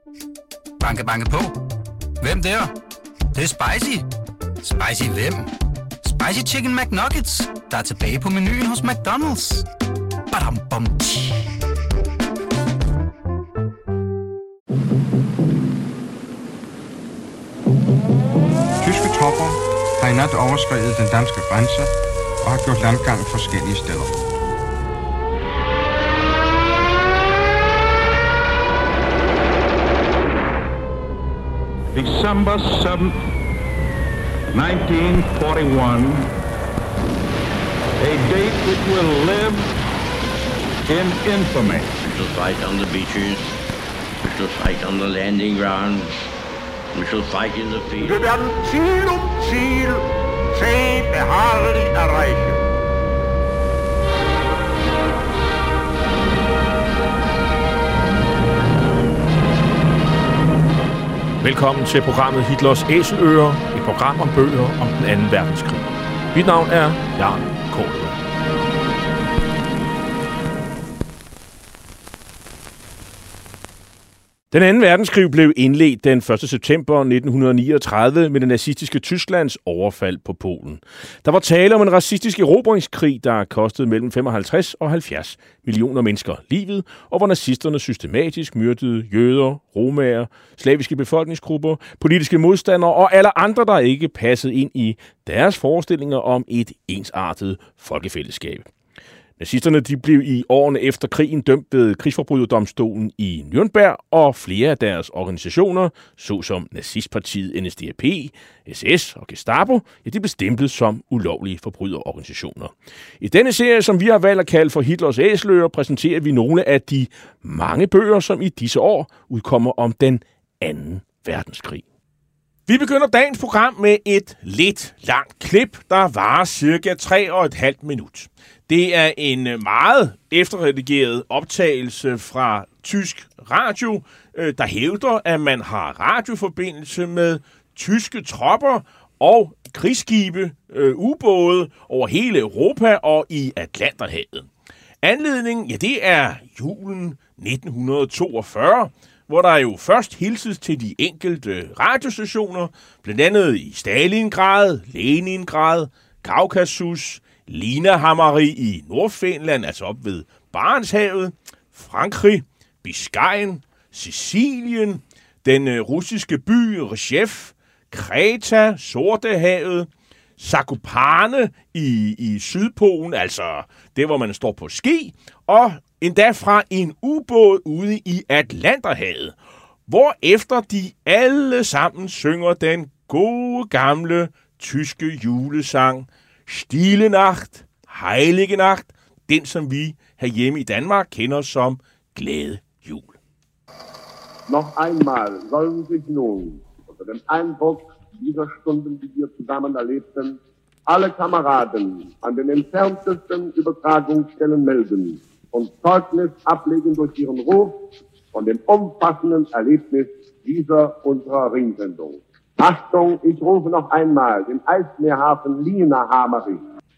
Banke, banke på. Hvem der? Det er spicy. Spicy hvem? Spicy Chicken McNuggets, der er tilbage på menuen hos McDonald's. Badum, bom, Tyske tropper har i nat overskredet den danske grænse og har gjort landgang forskellige steder. December 7th, 1941, a date which will live in infamy. We shall fight on the beaches, we shall fight on the landing grounds, we shall fight in the field. Wir werden Ziel um Ziel zäh beharrlich erreichen. Velkommen til programmet Hitlers Æseløer, et program om bøger om den 2. verdenskrig. Mit navn er Jan Kålund. Den 2. verdenskrig blev indledt den 1. september 1939 med det nazistiske Tysklands overfald på Polen. Der var tale om en racistisk erobringskrig, der kostede mellem 55 og 70 millioner mennesker livet, og hvor nazisterne systematisk myrdede jøder, romaer, slaviske befolkningsgrupper, politiske modstandere og alle andre, der ikke passede ind i deres forestillinger om et ensartet folkefællesskab. Nazisterne de blev i årene efter krigen dømt ved krigsforbryderdomstolen i Nürnberg, og flere af deres organisationer, såsom nazistpartiet NSDAP, SS og Gestapo, de blev stemplet som ulovlige forbryderorganisationer. I denne serie, som vi har valgt at kalde for Hitlers Æseløer, præsenterer vi nogle af de mange bøger, som i disse år udkommer om den 2. verdenskrig. Vi begynder dagens program med et lidt langt klip, der varer cirka 3,5 minut. Det er en meget efterredigeret optagelse fra tysk radio, der hævder, at man har radioforbindelse med tyske tropper og krigsskibe, ubåde over hele Europa og i Atlanterhavet. Anledningen, ja, det er julen 1942, hvor der jo først hilses til de enkelte radiostationer, blandt andet i Stalingrad, Leningrad, Kaukasus, Lillehammer i Nordfinland, altså op ved Barentshavet, Frankrig, Biscayen, Sicilien, den russiske by Rjæv, Kreta, Sortehavet, Zakopane i Sydpolen, altså det, hvor man står på ski, og endda fra en ubåd ude i Atlanterhavet, hvorefter de alle sammen synger den gode gamle tyske julesang Stille Nacht, Heilige Nacht, den som vi herhjemme i Danmark kender som Glæde Jul. Noch einmal sollen sich nun unter dem Eindruck dieser Stunden, die wir zusammen erlebten, alle Kameraden an den entferntesten Übertragungsstellen melden und Zeugnis ablegen durch ihren Ruf von dem umfassenden Erlebnis dieser unserer Ringsendung. Achtung, ich rufe noch einmal den Eismeerhafen Lillehammer.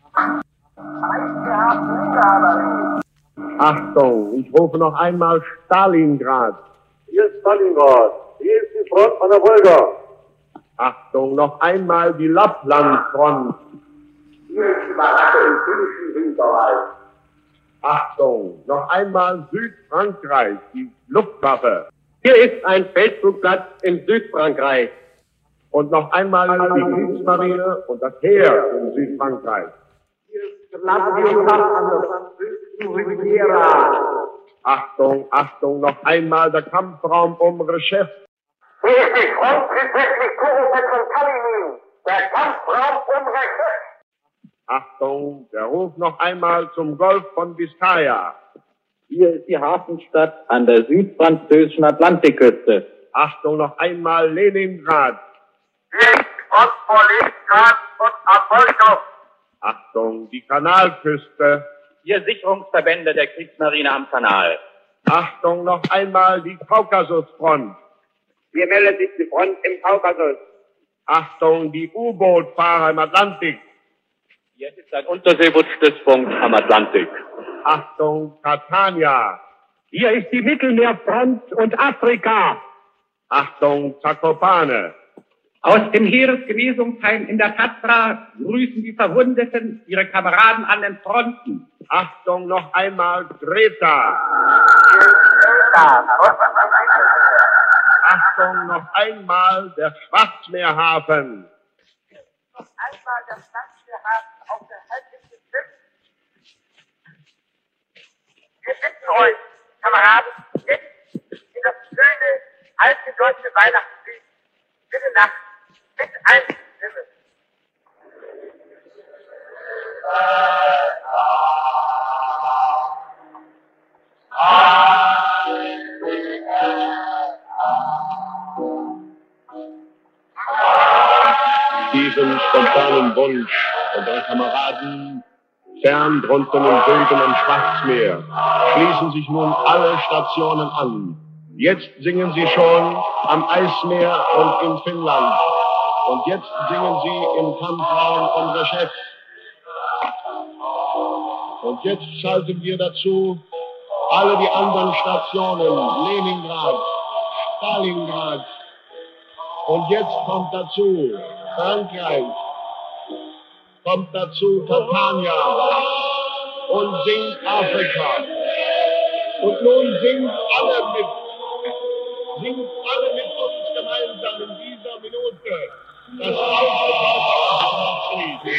Achtung, ich rufe noch einmal Stalingrad. Hier ist Stalingrad. Hier ist die Front von der Wolga. Achtung, noch einmal die Lapplandfront. Hier ist die Baracke im finnischen Winterwald. Achtung, noch einmal Südfrankreich, die Luftwaffe. Hier ist ein Feldflugplatz in Südfrankreich. Und noch einmal die Kriegsmarine und das Heer in Südfrankreich. Hier ist an der französischen Riviera. Achtung, Achtung, noch einmal der Kampfraum um Rjæv. Hier ist die Front südwestlich Koropac von Kalinin, der Kampfraum um Rjæv. Achtung, der Ruf noch einmal zum Golf von Biskaya. Hier ist die Hafenstadt an der südfranzösischen Atlantikküste. Achtung, noch einmal Leningrad. Hier ist Ostpolizgrad und Apolkov. Achtung, die Kanalküste. Hier Sicherungsverbände der Kriegsmarine am Kanal. Achtung, noch einmal die Kaukasusfront. Hier meldet sich die Front im Kaukasus. Achtung, die U-Boot-Fahrer im Atlantik. Hier ist ein Unterseebootsstützpunkt am Atlantik. Achtung, Catania. Hier ist die Mittelmeerfront und Afrika. Achtung, Zakopane! Aus dem Heeresgenesungsheim in der Tatra grüßen die Verwundeten ihre Kameraden an den Fronten. Achtung, noch einmal Greta! Achtung, noch einmal der Schwarzmeerhafen! Noch einmal der Schwarzmeerhafen auf der Halbinsel Schiff. Wir bitten euch, Kameraden, jetzt in das schöne, alte deutsche Weihnachtslied, Bitte Nacht, mit Einstimme. Diesen spontanen Wunsch unserer Kameraden fern drunten im Süden am Schwarzmeer schließen sich nun alle Stationen an. Jetzt singen sie schon am Eismeer und in Finnland. Und jetzt singen sie im Kampfraum unser Chef. Und jetzt schalten wir dazu alle die anderen Stationen, Leningrad, Stalingrad. Und jetzt kommt dazu Frankreich, kommt dazu Catania und singt Afrika. Und nun singt alle mit uns gemeinsam in dieser Minute das alte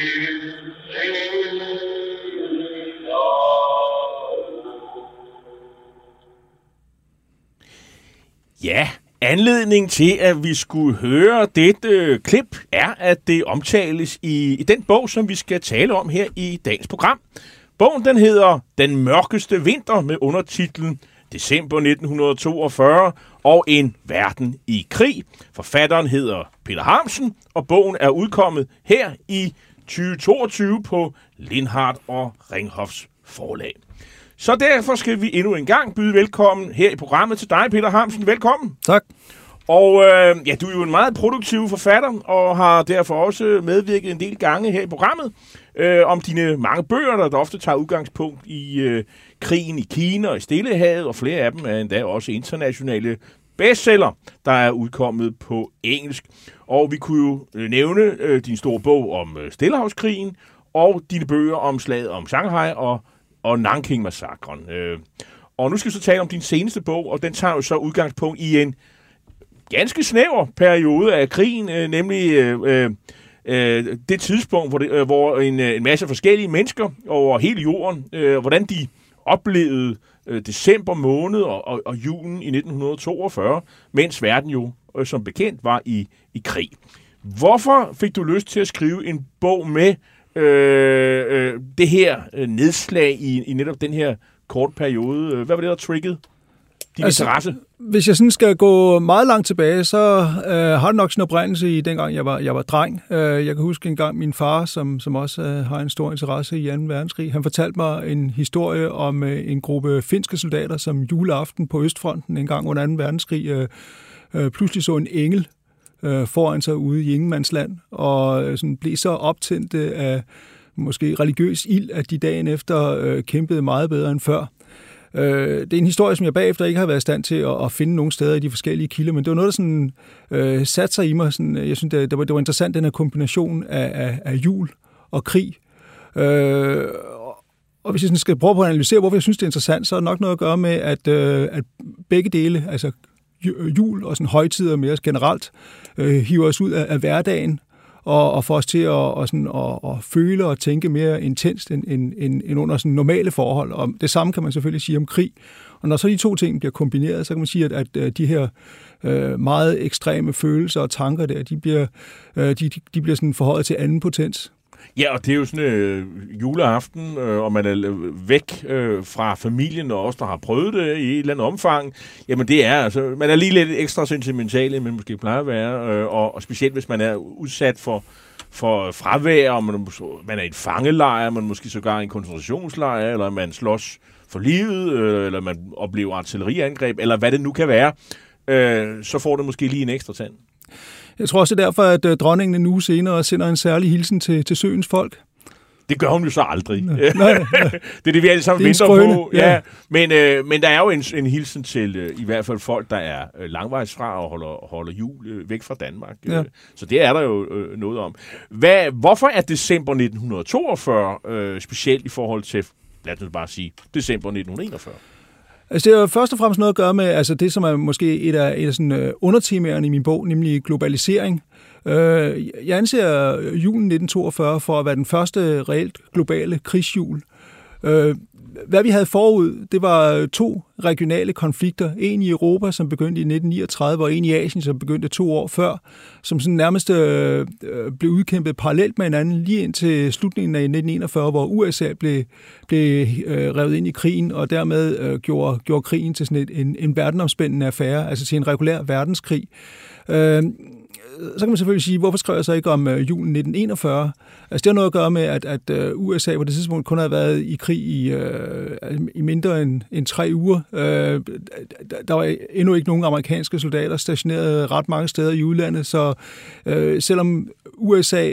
Ja, anledning til, at vi skulle høre dette klip, er, at det omtales i den bog, som vi skal tale om her i dagens program. Bogen, den hedder Den mørkeste vinter med undertitlen December 1942 og en verden i krig. Forfatteren hedder Peter Harmsen, og bogen er udkommet her i 2022 på Lindhardt og Ringhofs forlag. Så derfor skal vi endnu en gang byde velkommen her i programmet til dig, Peter Harmsen. Velkommen. Tak. Og ja, du er jo en meget produktiv forfatter, og har derfor også medvirket en del gange her i programmet om dine mange bøger, der ofte tager udgangspunkt i krigen i Kina og i Stillehavet, og flere af dem er endda også internationale bestseller, der er udkommet på engelsk. Og vi kunne jo nævne din store bog om Stillehavskrigen, og dine bøger om slaget om Shanghai og Nanking-massakren. Og nu skal vi så tale om din seneste bog, og den tager jo så udgangspunkt i en ganske snæver periode af krigen, nemlig det tidspunkt, hvor en masse forskellige mennesker over hele jorden, hvordan de oplevede december måned og julen i 1942, mens verden jo som bekendt var i krig. Hvorfor fik du lyst til at skrive en bog med det her nedslag i netop den her korte periode? Hvad var det, der triggede din interesse? Hvis jeg sådan skal gå meget langt tilbage, så har det nok sin oprindelse i dengang jeg var dreng. Jeg kan huske en gang min far, som også har en stor interesse i 2. verdenskrig. Han fortalte mig en historie om en gruppe finske soldater, som juleaften på Østfronten en gang under 2. verdenskrig pludselig så en engel foran sig ude i ingenmandsland, og sådan blev så optændte af måske religiøs ild, at de dagen efter kæmpede meget bedre end før. Det er en historie, som jeg bagefter ikke har været i stand til at finde nogen steder i de forskellige kilder, men det var noget, der sådan satte sig i mig. Sådan, jeg synes, det var interessant, den her kombination af jul og krig. Og hvis jeg sådan skal prøve på at analysere, hvorfor jeg synes, det er interessant, så er det nok noget at gøre med, at begge dele, altså jul og sådan højtider mere generelt, hiver os ud af hverdagen og får os til at føle og tænke mere intenst end under sådan normale forhold. Og det samme kan man selvfølgelig sige om krig. Og når så de to ting bliver kombineret, så kan man sige, at de her meget ekstreme følelser og tanker der, de bliver sådan forhøjet til anden potens. Ja, og det er jo sådan juleaften, og man er væk fra familien, og også der har prøvet det i et eller andet omfang. Jamen det er altså, man er lige lidt ekstra sentimental, end man måske plejer at være, og specielt hvis man er udsat for fravær, og man er i en fangelejr, man måske sågar i en koncentrationslejr, eller man slås for livet, eller man oplever artilleriangreb, eller hvad det nu kan være, så får det måske lige en ekstra tand. Jeg tror også, det er derfor, at dronningen en uge senere sender en særlig hilsen til søens folk. Det gør hun jo så aldrig. Nej. Det er det, vi alle sammen venter på. Ja. Men der er jo en hilsen til i hvert fald folk, der er langvejs fra og holder jul væk fra Danmark. Ja. Så det er der jo noget om. Hvorfor er december 1942 specielt i forhold til, lad os bare sige, december 1941? Altså, det har først og fremmest noget at gøre med altså det, som er måske et af sådan, undertemaerne i min bog, nemlig globalisering. Jeg anser julen 1942 for at være den første reelt globale krigsjul. Hvad vi havde forud, det var 2 regionale konflikter. En i Europa, som begyndte i 1939, og en i Asien, som begyndte 2 år før, som sådan nærmest blev udkæmpet parallelt med hinanden, lige indtil slutningen af 1941, hvor USA blev revet ind i krigen, og dermed gjorde krigen til sådan en verdenomspændende affære, altså til en regulær verdenskrig. Så kan man selvfølgelig sige, hvorfor skrev jeg så ikke om julen 1941? Altså det har noget at gøre med, at USA på det tidspunkt kun havde været i krig i mindre end 3 uger. Der var endnu ikke nogen amerikanske soldater stationeret ret mange steder i udlandet, så selvom USA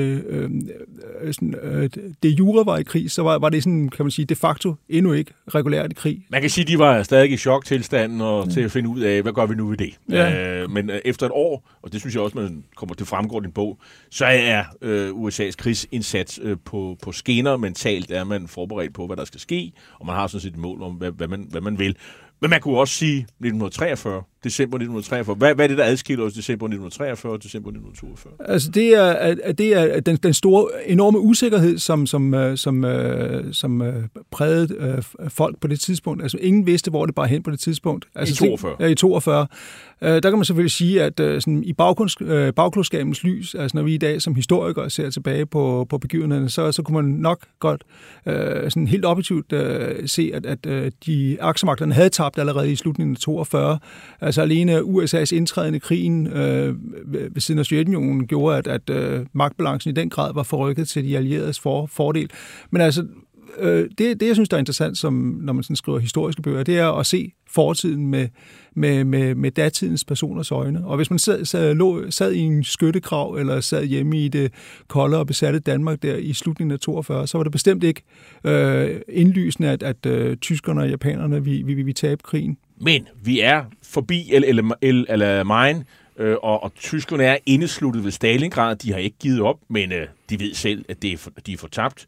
de jure var i krig, så var det sådan, kan man sige, de facto endnu ikke regulært i krig. Man kan sige, at de var stadig i choktilstanden og til at finde ud af, hvad gør vi nu ved det? Ja. Men efter et år, og det synes jeg også, det fremgår i din bog, så er USA's krigsindsats på skinner. Mentalt er man forberedt på, hvad der skal ske, og man har sådan set et mål om, hvad man vil. Men man kunne også sige 1943, december 1943. Hvad er det, der adskiller os december 1943 og december 1942? Altså det er den store, enorme usikkerhed, som prægede folk på det tidspunkt. Altså ingen vidste, hvor det bare hen på det tidspunkt. Altså, I 42? Ja, i 42. Der kan man selvfølgelig sige, at sådan, i bagklodskabens lys, altså når vi i dag som historikere ser tilbage på begivenhederne, så kunne man nok godt sådan helt objektivt se, at de aksemagterne havde tabt allerede i slutningen af 42. Altså alene USA's indtræden i krigen ved siden af Sovjetunionen gjorde, at magtbalancen i den grad var forrykket til de allieredes fordel. Men altså, det jeg synes, der er interessant, når man sådan skriver historiske bøger, det er at se fortiden med datidens personers øjne. Og hvis man sad i en skyttegrav, eller sad hjemme i det kolde og besatte Danmark der i slutningen af 42, så var det bestemt ikke indlysende, at tyskerne og japanerne vi tabe krigen. Men vi er forbi El Alamein, og tyskerne er indesluttet ved Stalingrad. De har ikke givet op, men de ved selv, at de er fortabt.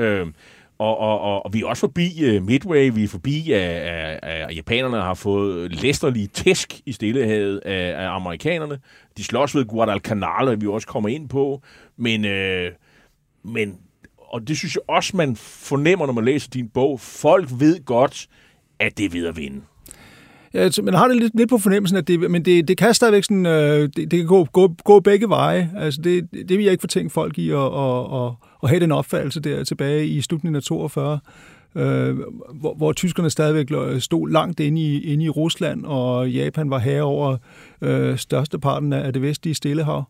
Og vi er også forbi Midway, vi er forbi, at japanerne har fået læsterlige tæsk i Stillehavet af amerikanerne. De slås ved Guadalcanal, vi også kommer ind på. Men og det synes jeg også, man fornemmer, når man læser din bog. Folk ved godt, at det er ved at vinde. Ja, man har det lidt på fornemmelsen, at det kan stadigvæk sådan, det kan gå begge veje. Altså det vil jeg ikke fortænke folk i at have den opfattelse der tilbage i slutningen af 42, hvor tyskerne stadigvæk stod langt inde i Rusland, og Japan var herre over størsteparten af det vestlige Stillehav.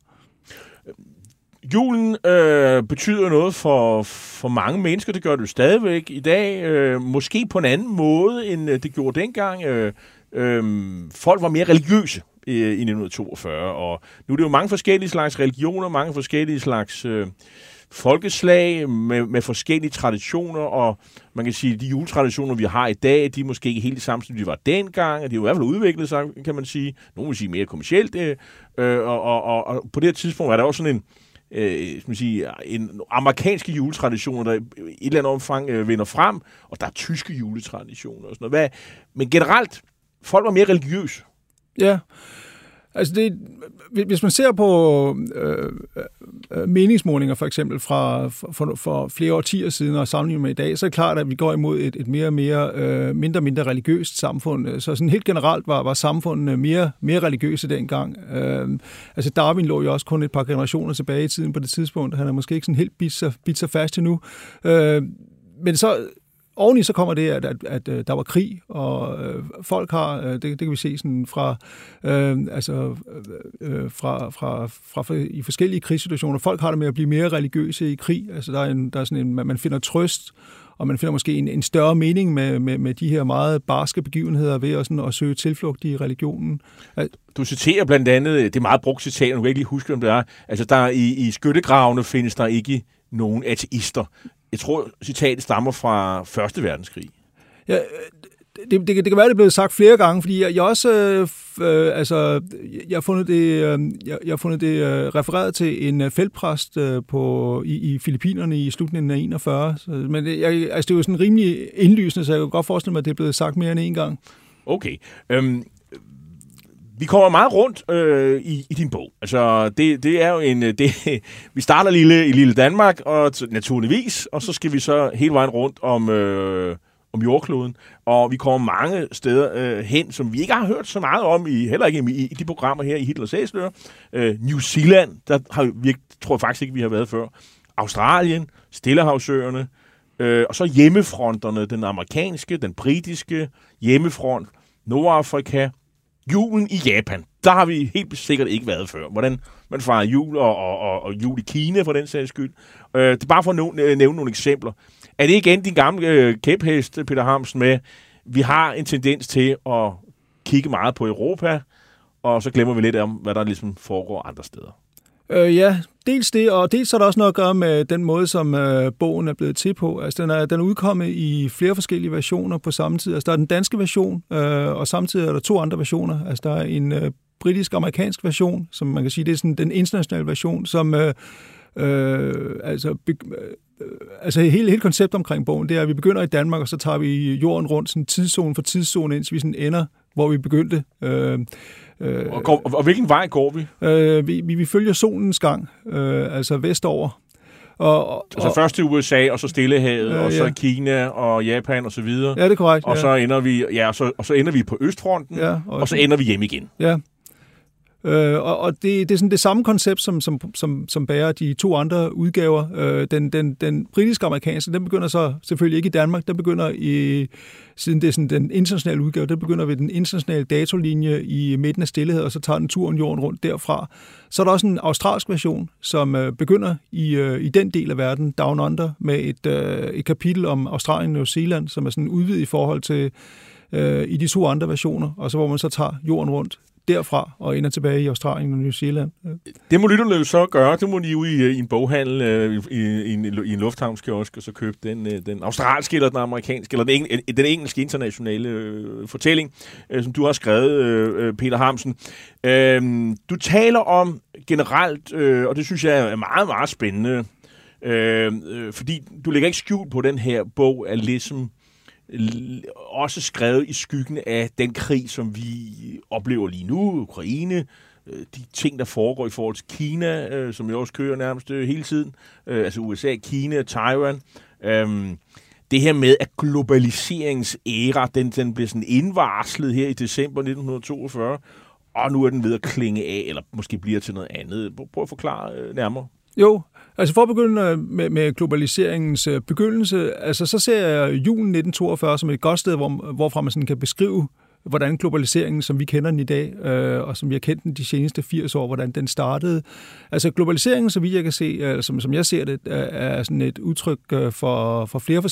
Julen betyder noget for mange mennesker. Det gør det jo stadigvæk i dag. Måske på en anden måde, end det gjorde dengang. Folk var mere religiøse i 1942, og nu er det jo mange forskellige slags religioner, mange forskellige slags folkeslag med forskellige traditioner, og man kan sige, at de juletraditioner, vi har i dag, de er måske ikke helt det samme, som de var dengang, og de er jo i hvert fald udviklet sig, kan man sige. Nogle vil sige mere kommercielt, og på det her tidspunkt var der også sådan en amerikanske juletraditioner, der i et eller andet omfang vinder frem, og der er tyske juletraditioner og sådan noget. Men generelt, folk var mere religiøse. Ja, altså hvis man ser på meningsmålinger for eksempel for flere årtier siden og sammenlignet med i dag, så er det klart, at vi går imod et mindre religiøst samfund. Så sådan helt generelt var samfundene mere religiøse dengang. Altså Darwin lå jo også kun et par generationer tilbage i tiden på det tidspunkt. Han er måske ikke sådan helt bidt sig fast endnu. Men så oveni så kommer det, at der var krig, og folk har, det kan vi se sådan fra i forskellige krigssituationer, folk har det med at blive mere religiøse i krig. Altså der er sådan man finder trøst, og man finder måske en større mening med de her meget barske begivenheder ved at søge tilflugt i religionen. Du citerer blandt andet, det er meget brugt citat, nu kan jeg ikke lige huske, hvem det er. Altså der i skyttegravene findes der ikke nogen ateister. Jeg tror, citatet stammer fra Første Verdenskrig. Ja, det kan være, det er blevet sagt flere gange, fordi jeg også jeg har fundet det refereret til en feltpræst i Filippinerne i slutningen af 41. Men det er jo sådan rimelig indlysende, så jeg kan godt forestille mig, at det er blevet sagt mere end en gang. Okay. Vi kommer meget rundt i din bog. Altså, det er jo vi starter i lille Danmark, og naturligvis, og så skal vi så hele vejen rundt om jordkloden, og vi kommer mange steder hen, som vi ikke har hørt så meget om, heller ikke i de programmer her i Hitlers Æseløer. New Zealand, der tror jeg faktisk ikke, vi har været før. Australien, Stillehavsøerne, og så hjemmefronterne, den amerikanske, den britiske hjemmefront, Nordafrika, julen i Japan. Der har vi helt sikkert ikke været før. Hvordan man fejrer jul og jul i Kina for den sags skyld. Det er bare for at nævne nogle eksempler. Er det igen din gamle kæphest, Peter Hamsen, med, vi har en tendens til at kigge meget på Europa, og så glemmer vi lidt om, hvad der ligesom foregår andre steder? Ja, dels det, og dels er der også noget at gøre med den måde, som bogen er blevet til på. Altså, den er udkommet i flere forskellige versioner på samme tid. Altså, der er den danske version, og samtidig er der 2 andre versioner. Altså, der er en britisk-amerikansk version, som man kan sige, det er sådan den internationale version, som altså hele konceptet omkring bogen, det er, at vi begynder i Danmark, og så tager vi jorden rundt sådan tidszone for tidszone, indtil vi sådan ender, hvor vi begyndte. Og hvilken vej går vi? Vi følger solens gang, altså vestover. Altså først til USA, og så Stillehavet, og så Kina og Japan og så videre. Ja, det er korrekt. Og så ender vi på Østfronten, og så ender vi hjem igen. Ja. Og det er sådan det samme koncept, som bærer de 2 andre udgaver. Den britiske-amerikanske, den begynder så selvfølgelig ikke i Danmark, den begynder siden det er sådan den internationale udgave, den begynder ved den internationale datolinje i midten af Stillehavet, og så tager den turen jorden rundt derfra. Så er der også en australsk version, som begynder i den del af verden, Down Under, med et kapitel om Australien og New Zealand, som er sådan udvidet i forhold til i de 2 andre versioner, og så hvor man så tager jorden rundt derfra og ender tilbage i Australien og New Zealand. Det må lytterne jo så gøre. Det må de jo i en boghandel, i en lufthavnskiosk, og så købe den australske, eller den amerikanske, eller den engelske internationale fortælling, som du har skrevet, Peter Hamsen. Du taler om generelt, og det synes jeg er meget, meget spændende, fordi du lægger ikke skjul på, den her bog er ligesom også skrevet i skyggen af den krig, som vi oplever lige nu, Ukraine, de ting, der foregår i forhold til Kina, som jo også kører nærmest hele tiden, altså USA, Kina, Taiwan. Det her med, at globaliseringsæra, den blev sådan indvarslet her i december 1942, og nu er den ved at klinge af, eller måske bliver til noget andet. Prøv at forklare nærmere. Jo, altså for at begynde med globaliseringens begyndelse, altså så ser jeg julen 1942 som et godt sted, hvorfra man sådan kan beskrive, hvordan globaliseringen, som vi kender den i dag, og som vi har kendt den de seneste 80 år, hvordan den startede. Altså globaliseringen, så vidt jeg kan se, som jeg ser det, er sådan et udtryk for flere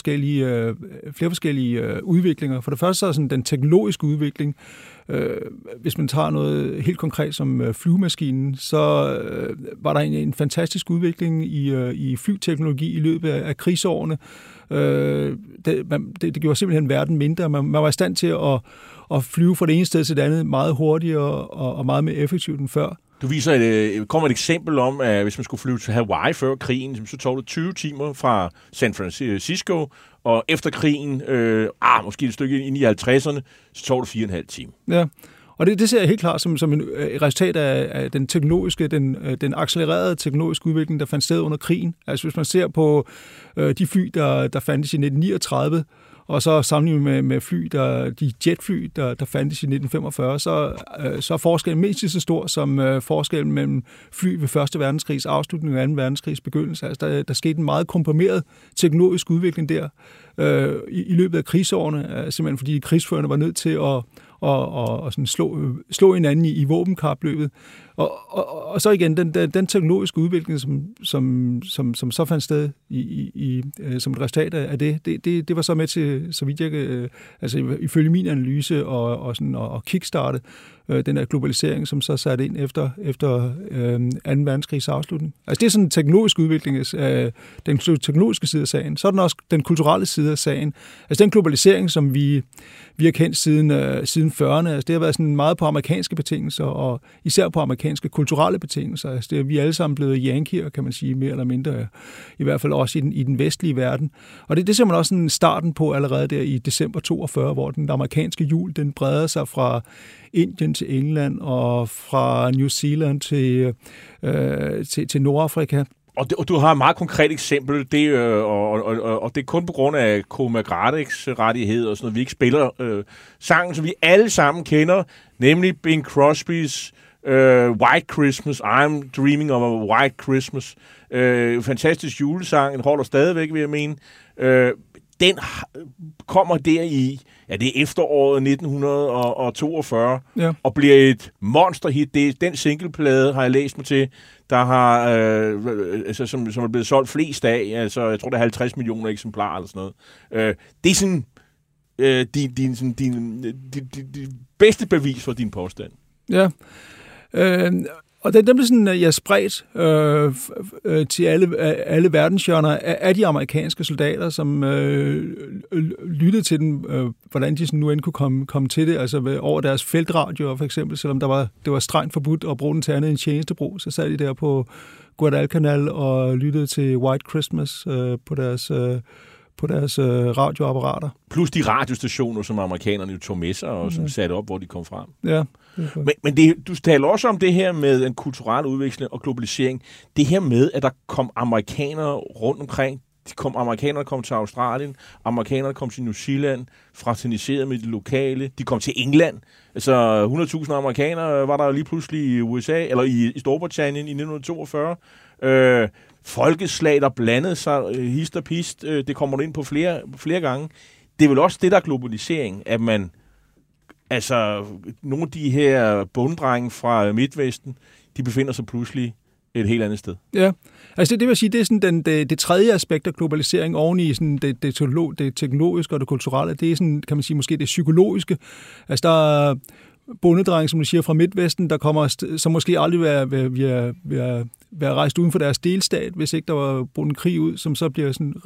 forskellige udviklinger. For det første så er sådan den teknologiske udvikling. Hvis man tager noget helt konkret som flyvemaskinen, så var der en fantastisk udvikling i flyteknologi i løbet af krigsårene. Det gjorde simpelthen verden mindre. Man var i stand til at flyve fra det ene sted til det andet meget hurtigere og meget mere effektivt end før. Du kommer et eksempel om, at hvis man skulle flyve til Hawaii før krigen, så tog det 20 timer fra San Francisco, og efter krigen, måske et stykke ind i 50'erne, så tog det 4,5 timer. Ja, og det ser jeg helt klart som et resultat af den teknologiske, den accelererede teknologiske udvikling, der fandt sted under krigen. Altså hvis man ser på de fly, der fandtes i 1939, og så sammenlignet med de jetfly, der fandtes i 1945, så er forskellen mindst lige så stor som forskellen mellem fly ved 1. verdenskrigs afslutning og 2. verdenskrigs begyndelse. Altså der skete en meget komprimeret teknologisk udvikling der i løbet af krigsårene, simpelthen fordi krigsførerne var nødt til og sådan slå hinanden i våbenkapløbet. Og så igen, den teknologiske udvikling, som så fandt sted som et resultat af det var så med til, så vidt jeg altså ifølge min analyse, og kickstarte den her globalisering, som så satte ind efter 2. verdenskrigs afslutning. Altså det er sådan en teknologisk udvikling, den teknologiske side af sagen. Så er den også den kulturelle side af sagen. Altså den globalisering, som vi har kendt siden 40'erne, altså det har været sådan meget på amerikanske betingelser, og især på amerikanske kulturelle betingelser. Altså vi er alle sammen blevet yankier, kan man sige, mere eller mindre, i hvert fald også i den vestlige verden. Og det ser man også sådan starten på allerede der i december 42, hvor den amerikanske jul, den breder sig fra Indien til England og fra New Zealand til Nordafrika. Og du har et meget konkret eksempel, og det er kun på grund af Comagradeks rettigheder og sådan noget, vi ikke spiller sangen, som vi alle sammen kender, nemlig Bing Crosby's White Christmas, I'm Dreaming of a White Christmas. Fantastisk julesang, den holder stadigvæk, vil jeg mene. Den kommer der i, det er efteråret 1942, og bliver et monsterhit. Den singleplade har jeg læst mig til, der har, som er blevet solgt flest af. Altså, jeg tror, det er 50 millioner eksemplarer eller sådan noget. Det er sådan din bedste bevis for din påstand. Ja. Og den blev sådan, spredt til alle verdenshjørner af de amerikanske soldater, som lyttede til den, hvordan de sådan nu end kunne komme til det, altså over deres feltradioer for eksempel, selvom det var strengt forbudt at bruge den til andet end tjenestebrug, så sad de der på Guadalcanal og lyttede til White Christmas på deres radioapparater. Plus de radiostationer, som amerikanerne tog med sig og som satte op, hvor de kom frem. Ja. Men du taler også om det her med en kulturel udveksling og globalisering. Det her med, at der kom amerikanere rundt omkring. Amerikanerne kom til Australien, amerikanerne kom til New Zealand, fraterniserede med de lokale. De kom til England. Altså 100.000 amerikanere var der jo lige pludselig i USA, eller i Storbritannien i 1942. Folkeslag, der blandede sig hist og pist. Det kommer du ind på flere gange. Det er vel også det, der er globalisering, at man, altså nogle af de her bunddrenge fra Midtvesten, de befinder sig pludselig et helt andet sted. Ja, altså det vil sige, det er sådan det tredje aspekt af globalisering oveni sådan det teknologiske og det kulturelle. Det er sådan, kan man sige, måske det psykologiske. Altså der er bondedrenge, som du siger, fra Midtvesten, der kommer, som måske aldrig være rejst uden for deres delstat, hvis ikke der var brugt en krig ud, som så bliver sådan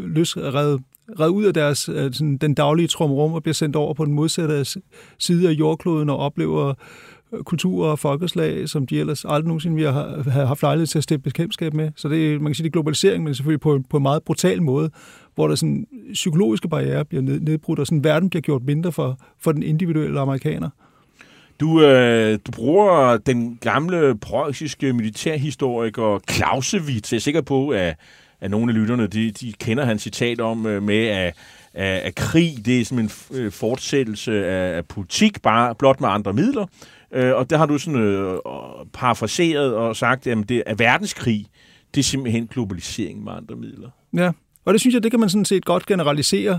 revet ud af deres sådan, den daglige trumrum og bliver sendt over på den modsatte side af jordkloden og oplever kulturer og folkeslag, som de ellers aldrig nogensinde vi har haft lejlighed til at stifte bekendtskab med. Så det, man kan sige, det er globalisering, men selvfølgelig på en meget brutal måde, hvor der sådan psykologiske barrierer bliver nedbrudt, og sådan verden bliver gjort mindre for den individuelle amerikaner. Du bruger den gamle preussiske militærhistoriker Clausewitz. Jeg er sikker på, at nogle af lytterne de kender hans citat om med, at krig det er som en fortsættelse af politik, bare blot med andre midler. Og der har du sådan parafraseret og sagt, at det er verdenskrig, det er simpelthen globalisering med andre midler. Ja. Og det synes jeg, det kan man sådan set godt generalisere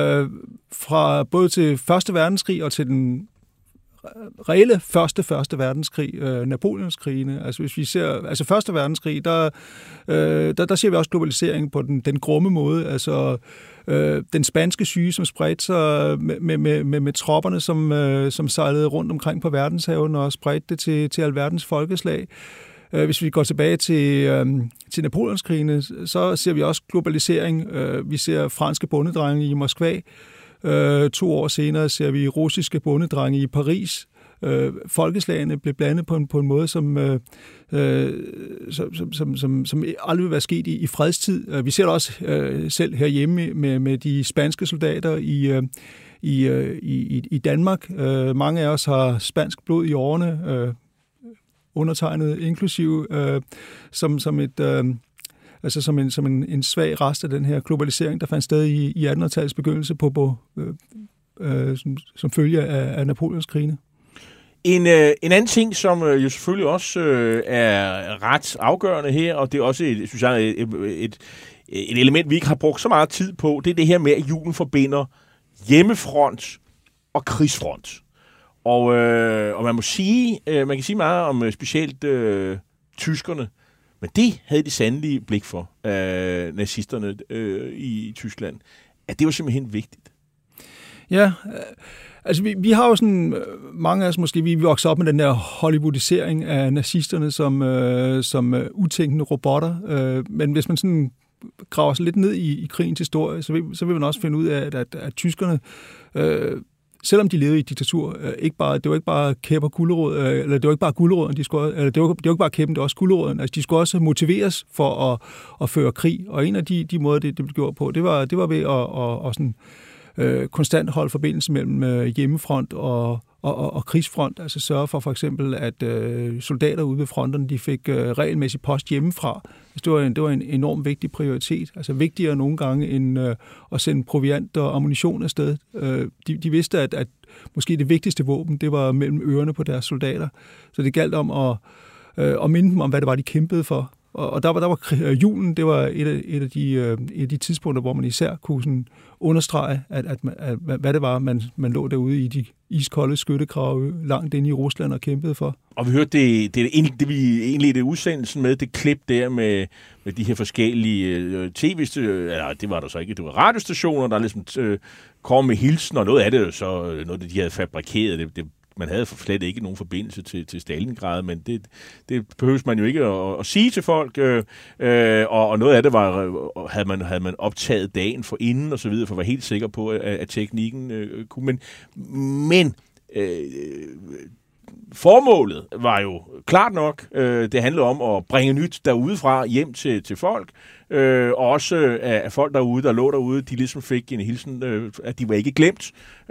fra både til 1. verdenskrig og til den reelle første verdenskrig, Napoleonskrigene. Altså hvis vi ser, altså 1. verdenskrig, der ser vi også globalisering på den grumme måde. Altså den spanske syge, som spredte sig med tropperne, som sejlede rundt omkring på verdenshaven og spredte det til alverdens folkeslag. Hvis vi går tilbage til Napoleonskrigene, så ser vi også globalisering. Vi ser franske bondedrenge i Moskva. 2 år senere ser vi russiske bondedrenge i Paris. Folkeslagene blev blandet på en måde, som aldrig vil være sket i fredstid. Vi ser det også selv herhjemme med de spanske soldater i Danmark. Mange af os har spansk blod i årene, undertegnet inklusive, som en svag rest af den her globalisering, der fandt sted i 1800-tallets begyndelse som følge af Napoleonskrigene. En anden ting, som jo selvfølgelig også er ret afgørende her, og det er også et element, vi ikke har brugt så meget tid på, det er det her med, at julen forbinder hjemmefront og krigsfront. Og man må sige, man kan sige meget om specielt tyskerne, men det havde de sandelig blik for, nazisterne i Tyskland, at det var simpelthen vigtigt. Ja, altså vi har jo sådan, mange af os måske, vi vokser op med den der hollywoodisering af nazisterne som utænkende robotter, men hvis man sådan graver sig lidt ned i krigens historie, så vil man også finde ud af, at tyskerne, selvom de levede i diktatur, det var ikke bare kæp og gulerod, eller det var ikke bare guleroden, det var ikke bare kæppen, det var også guleroden. Altså de skulle også motiveres for at føre krig, og en af de måder, det blev gjort på, det var ved at sådan konstant holde forbindelse mellem hjemmefront og krigsfront, altså sørge for eksempel, at soldater ude ved fronterne, de fik regelmæssig post hjemmefra. Altså, det var en enormt vigtig prioritet, altså vigtigere nogle gange end at sende proviant og ammunition afsted. De vidste, at måske det vigtigste våben, det var mellem ørerne på deres soldater, så det galt om at minde dem om, hvad det var, de kæmpede for. Og der var julen, det var et af de tidspunkter, hvor man især kunne sådan understrege, at hvad det var, man lå derude i de iskolde skyttegrave langt inde i Rusland og kæmpede for. Og vi hørte det vi indledte udsendelsen med, det klip der med de her forskellige tv-stationer, det var der så ikke, det var radiostationer, der ligesom kom med hilsen, og noget af det så noget, de havde fabrikeret, man havde slet ikke nogen forbindelse til Stalingrad, men det behøves man jo ikke at sige til folk. Og noget af det havde man optaget dagen for inden og så videre, for at være helt sikker på, at teknikken kunne. Men formålet var jo klart nok. Det handlede om at bringe nyt derudefra hjem til folk. Og også at folk derude, der lå derude, de ligesom fik en hilsen, at de var ikke glemt.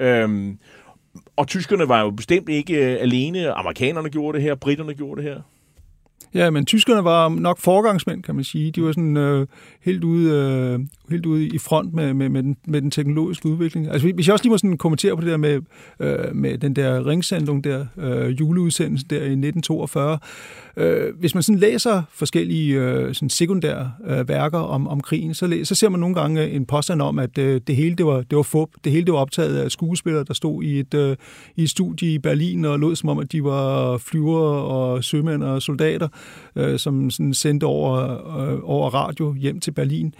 Og tyskerne var jo bestemt ikke alene. Amerikanerne gjorde det her, britterne gjorde det her. Ja, men tyskerne var nok foregangsmænd, kan man sige. De var sådan helt ude i front med den teknologiske udvikling. Altså, hvis jeg også lige må sådan kommentere på det der med den der ringsendung der, juleudsendelsen der i 1942. Hvis man sådan læser forskellige sådan sekundære værker om krigen, så ser man nogle gange en påstand om, at det hele det var fup. Det hele det var optaget af skuespillere, der stod i et studie i Berlin og lod som om, at de var flyvere og sømænd og soldater, som sådan sendte over radio hjem til Berlin.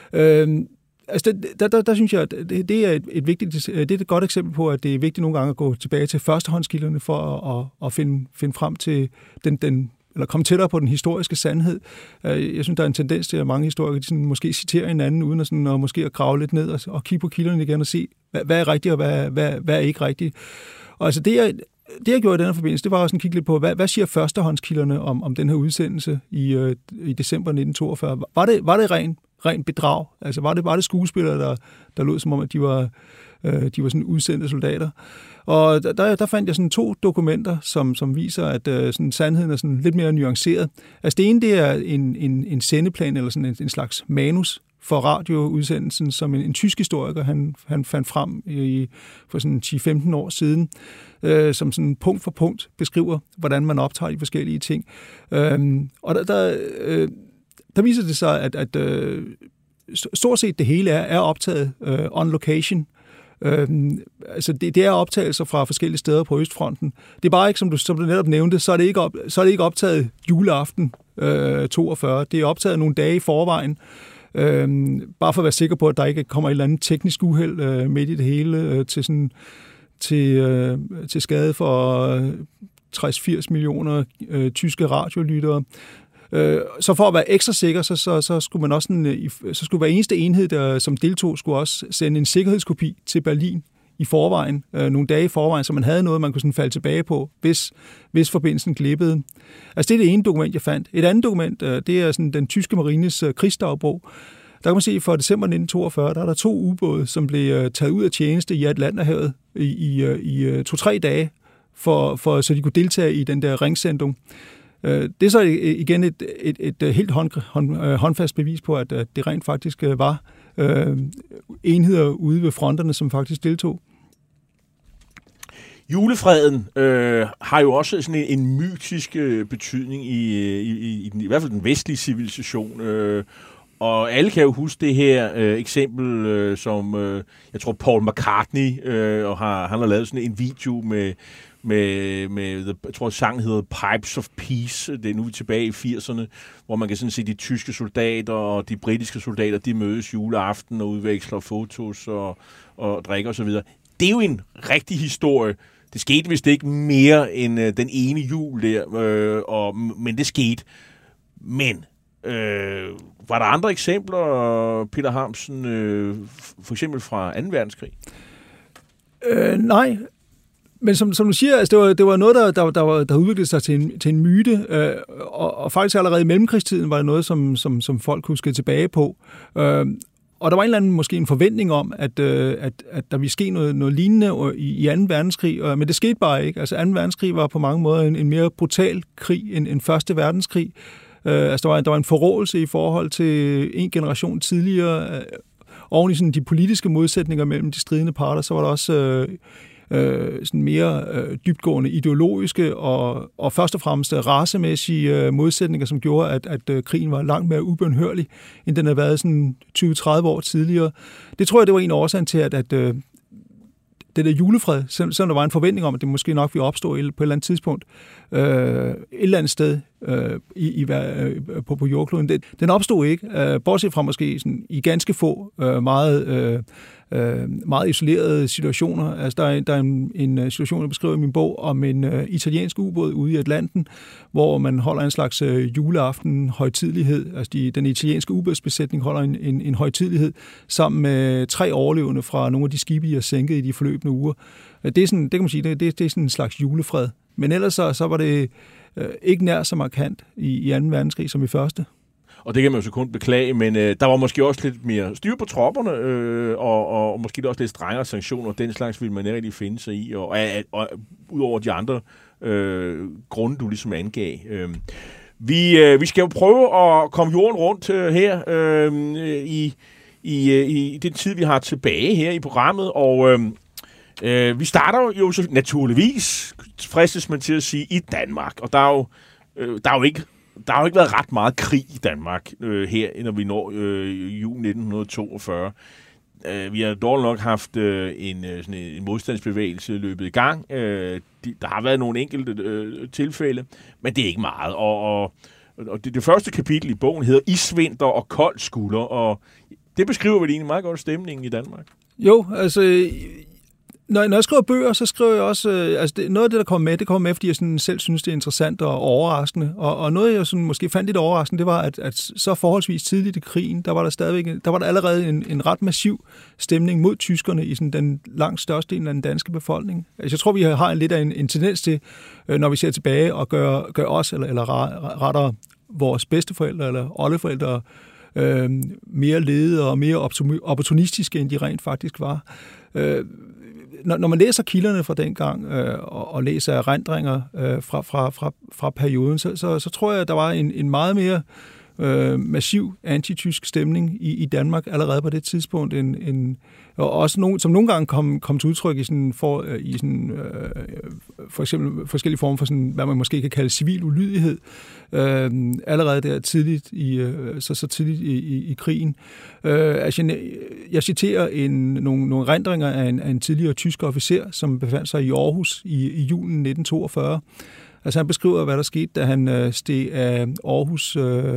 Altså der synes jeg, at det er et godt eksempel på, at det er vigtigt nogle gange at gå tilbage til førstehåndskilderne for at finde frem til eller komme tættere på den historiske sandhed. Jeg synes, der er en tendens til, at mange historikere de sådan, måske citerer hinanden, uden at måske at grave lidt ned og kigge på kilderne igen og se, hvad er rigtigt og hvad er ikke rigtigt. Og altså det jeg gjorde i denne forbindelse, det var også at kigge lidt på, hvad siger førstehåndskilderne om den her udsendelse i december 1942? Var det rent bedrag? Altså var det skuespillere, der lød som om, at de var sådan udsendte soldater? Og der fandt jeg sådan 2 dokumenter, som viser, at sådan sandheden er sådan lidt mere nuanceret. Altså det ene, det er en sendeplan, eller sådan en slags manus for radioudsendelsen, som en tysk historiker, han fandt frem for sådan 10-15 år siden, som sådan punkt for punkt beskriver, hvordan man optager de forskellige ting. Og der viser det sig, at stort set det hele er optaget on location. Altså det er optagelser fra forskellige steder på Østfronten. Det er bare ikke, som du netop nævnte, så er det ikke optaget juleaften 42. Det er optaget nogle dage i forvejen. Bare for at være sikker på, at der ikke kommer et eller andet teknisk uheld midt i det hele til skade for 60-80 millioner tyske radiolyttere. Så for at være ekstra sikker, så skulle man også så skulle hver eneste enhed, som deltog, skulle også sende en sikkerhedskopi til Berlin i forvejen, nogle dage i forvejen, så man havde noget, man kunne sådan falde tilbage på, hvis forbindelsen glippede. Altså det er det ene dokument, jeg fandt. Et andet dokument, det er sådan den tyske marines krigsdagbog. Der kan man se, for december 1942, der er der 2 ubåde, som blev taget ud af tjeneste i Atlanterhavet i 2-3 dage, så de kunne deltage i den der ringsendung. Det er så igen et helt håndfast bevis på, at det rent faktisk var enheder ude ved fronterne, som faktisk deltog. Julefreden har jo også sådan en mytisk betydning i hvert fald den vestlige civilisation. Og alle kan jo huske det her eksempel, som jeg tror Paul McCartney, og han har lavet sådan en video jeg tror, sangen hedder Pipes of Peace. Det er nu tilbage i 80'erne, hvor man kan sådan se de tyske soldater og de britiske soldater, de mødes juleaften og udveksler fotos og drikker osv. Det er jo en rigtig historie. Det skete vist ikke mere end den ene jul der, men det skete. Men var der andre eksempler, Peter Harmsen, for eksempel fra 2. verdenskrig? Nej, men som du siger, altså det var noget, der udviklede sig til en myte, og faktisk allerede i mellemkrigstiden var det noget, som folk huskede tilbage på. Og der var en eller anden måske en forventning om, at der ville ske noget lignende i 2. verdenskrig, men det skete bare ikke. Altså 2. verdenskrig var på mange måder en mere brutal krig end 1. verdenskrig. Altså der var en forrådelse i forhold til en generation tidligere. Oven i sådan de politiske modsætninger mellem de stridende parter, så var der også sådan mere dybtgående ideologiske og først og fremmest racemæssige modsætninger, som gjorde, at krigen var langt mere ubønhørlig, end den havde været sådan 20-30 år tidligere. Det tror jeg, det var en årsag til, at det der julefred, selvom der var en forventning om, at det måske nok ville opstå på et eller andet tidspunkt, et eller andet sted på jordkloden, den opstod ikke, bortset fra måske sådan, i ganske få meget isolerede situationer. Altså, der er en situation, jeg beskriver i min bog, om en italiensk ubåd ude i Atlanten, hvor man holder en slags juleaften højtidelighed. Altså, den italienske ubådsbesætning holder en højtidelighed sammen med 3 overlevende fra nogle af de skibe, de har sænket i de forløbende uger. Det er sådan, det kan man sige, det er sådan en slags julefred. Men ellers så var det ikke nær så markant i 2. verdenskrig som i første. Og det kan man jo så kun beklage, men der var måske også lidt mere styr på tropperne, og måske også lidt strengere sanktioner. Den slags ville man ikke rigtig finde sig i, og udover de andre grunde, du ligesom angav. Vi skal jo prøve at komme jorden rundt her i den tid, vi har tilbage her i programmet, og vi starter jo så naturligvis, fristes man til at sige, i Danmark, og der har jo ikke været ret meget krig i Danmark her, når vi når jul 1942. Vi har dog nok haft en modstandsbevægelse løbet i gang. Der har været nogle enkelte tilfælde, men det er ikke meget. Og det første kapitel i bogen hedder Isvinter og kold skulder, og det beskriver vel egentlig meget godt stemningen i Danmark. Jo, altså når jeg skriver bøger, så skriver jeg også, noget af det, der kommer med, fordi jeg sådan selv synes, det er interessant og overraskende. Og noget, jeg sådan måske fandt lidt overraskende, det var, at så forholdsvis tidligt i krigen, der var der allerede en ret massiv stemning mod tyskerne i sådan den langt største del af den danske befolkning. Altså, jeg tror, vi har lidt af en tendens til, når vi ser tilbage og gør os, eller rettere vores bedsteforældre eller oldeforældre, mere ledede og mere opportunistiske, end de rent faktisk var. Når man læser kilderne fra dengang og læser erindringer fra perioden, så tror jeg, at der var en meget mere massiv antitysk stemning i Danmark allerede på det tidspunkt, og også som nogle gange kom til udtryk i for eksempel forskellige former for sådan, hvad man måske kan kalde civil ulydighed, allerede der tidligt så tidligt i krigen. Jeg citerer nogle erindringer af en tidligere tysk officer, som befandt sig i Aarhus i julen 1942. Altså han beskriver, hvad der skete, da han steg af Aarhus,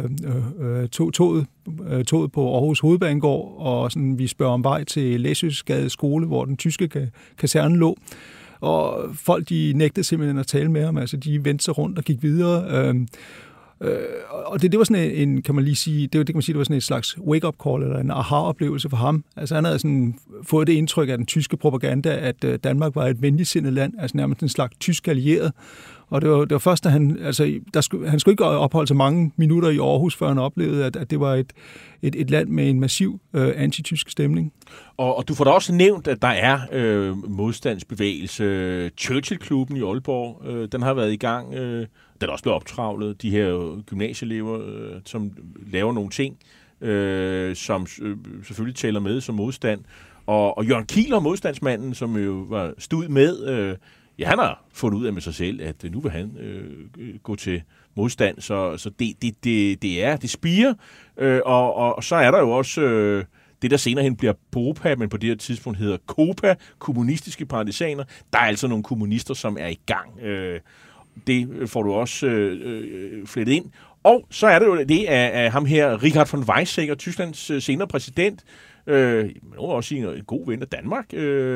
toget på Aarhus Hovedbanegård, og sådan, vi spørger om vej til Læsøsgade skole, hvor den tyske kaserne lå. Og folk, de nægtede simpelthen at tale med ham, altså de vendte sig rundt og gik videre. Og det var sådan en, kan man lige sige, det var sådan et slags wake-up call, eller en aha-oplevelse for ham. Altså han havde sådan fået det indtryk af den tyske propaganda, at Danmark var et venligsindet land, altså nærmest en slags tysk allieret. Og det var først, da han skulle ikke opholde sig mange minutter i Aarhus, før han oplevede, at det var et land med en massiv antitysk stemning. Og du får da også nævnt, at der er modstandsbevægelse. Churchill-klubben i Aalborg, den har været i gang. Den er også blevet optravlet. De her gymnasieelever, som laver nogle ting, som selvfølgelig tæller med som modstand. Og Jørgen Kieler, modstandsmanden, som jo var stud med, han har fundet ud af med sig selv, at nu vil han gå til modstand, så det spirer, og så er der jo også det, der senere hen bliver BOPA, men på det her tidspunkt hedder COPA, kommunistiske partisaner. Der er altså nogle kommunister, som er i gang. Det får du også flettet ind. Og så er det jo det af ham her, Richard von Weizsäcker, Tysklands senere præsident. Man må også sige en god ven af Danmark.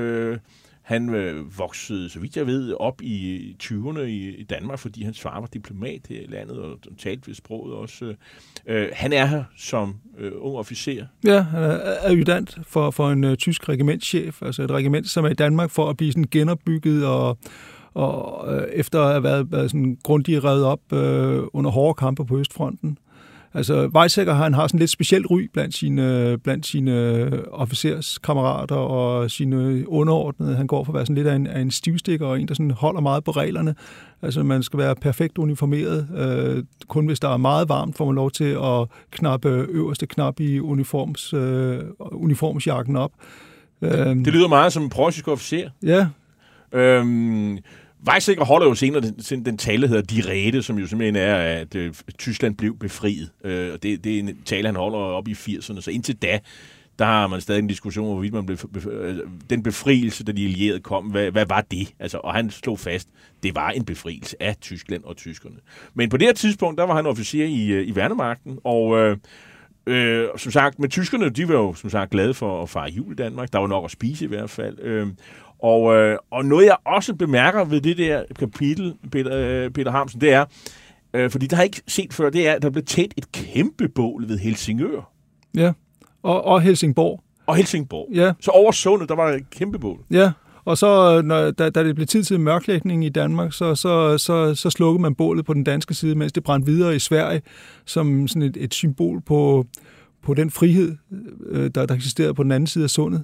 Han voksede, så vidt jeg ved, op i 20'erne i Danmark, fordi hans far var diplomat her i landet og talte ved sproget også. Han er her som ung officer. Ja, han er adjutant for en tysk regimentschef, altså et regiment, som er i Danmark for at blive sådan genopbygget og efter at have været sådan grundigt revet op under hårde kampe på Østfronten. Altså, Weizsäcker han har sådan lidt specielt ry blandt sine officerskammerater og sine underordnede. Han går for at være sådan lidt af en stivstikker og en, der sådan holder meget på reglerne. Altså, man skal være perfekt uniformeret. Kun hvis der er meget varmt, får man lov til at knappe øverste knap i uniformsjakken op. Det lyder meget som en preussisk officer. Ja. Weizsäcker holder jo senere den tale, der hedder Die Rede, som jo simpelthen er, at Tyskland blev befriet. Det er en tale, han holder op i 80'erne. Så indtil der har man stadig en diskussion, hvorvidt man blev den befrielse, da de allierede kom, hvad var det? Altså, og han slog fast, det var en befrielse af Tyskland og tyskerne. Men på det her tidspunkt, der var han officer i værnemagten, og som sagt, med tyskerne, de var jo som sagt glade for at fejre jul i Danmark. Der var nok at spise i hvert fald. Og noget, jeg også bemærker ved det der kapitel, Peter Hamsen, det er, fordi der har jeg ikke set før, det er, at der blev tændt et kæmpe bål ved Helsingør. Ja, og Helsingborg. Og Helsingborg. Ja. Så over sundet, der var et kæmpe bål. Ja, og så, da det blev tid til mørklægning i Danmark, så slukkede man bålet på den danske side, mens det brændte videre i Sverige, som sådan et symbol på den frihed, der eksisterede på den anden side af sundet.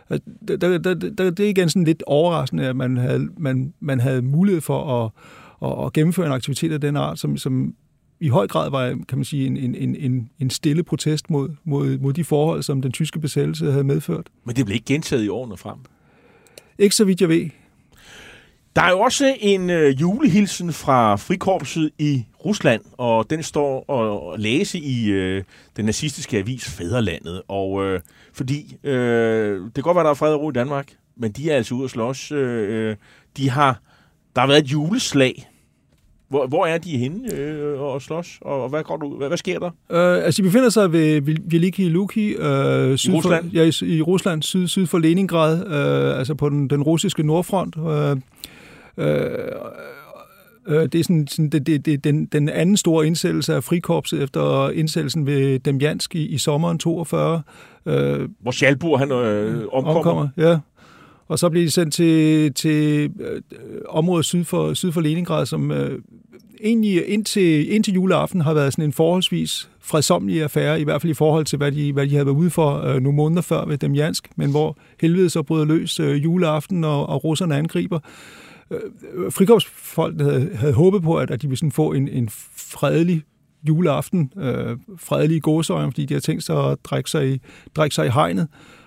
Det er igen sådan lidt overraskende, at man havde mulighed for at gennemføre en aktivitet af den art, som i høj grad var, kan man sige, en stille protest mod de forhold, som den tyske besættelse havde medført. Men det blev ikke gentaget i årene frem? Ikke så vidt jeg ved. Der er jo også en julehilsen fra Frikorpset i Rusland, og den står at læse i den nazistiske avis Fædrelandet. Og fordi det kan godt være, der er fred og ro i Danmark, men de er altså ude at slås. Der har været et juleslag. Hvor er de henne og slås? Og hvad sker der? Altså, de befinder sig ved Veliki Luki i Rusland. I Rusland, syd for Leningrad, altså på den russiske nordfront. Det er sådan den anden store indsættelse af Frikorpset efter indsættelsen ved Demjansk i sommeren 42. Hvor Schalburg han omkommer. Ja. Og så bliver de sendt til området syd for Leningrad, som egentlig indtil juleaften har været sådan en forholdsvis fredsommelig affære, i hvert fald i forhold til, hvad de havde været ude for nogle måneder før ved Demjansk, men hvor helvede så bryder løs juleaften, og russerne angriber. Frikorpsfolk havde håbet på, at de ville sådan få en fredelig juleaften, fredelige gåseøjne, fordi de havde tænkt sig at drikke sig i hegnet.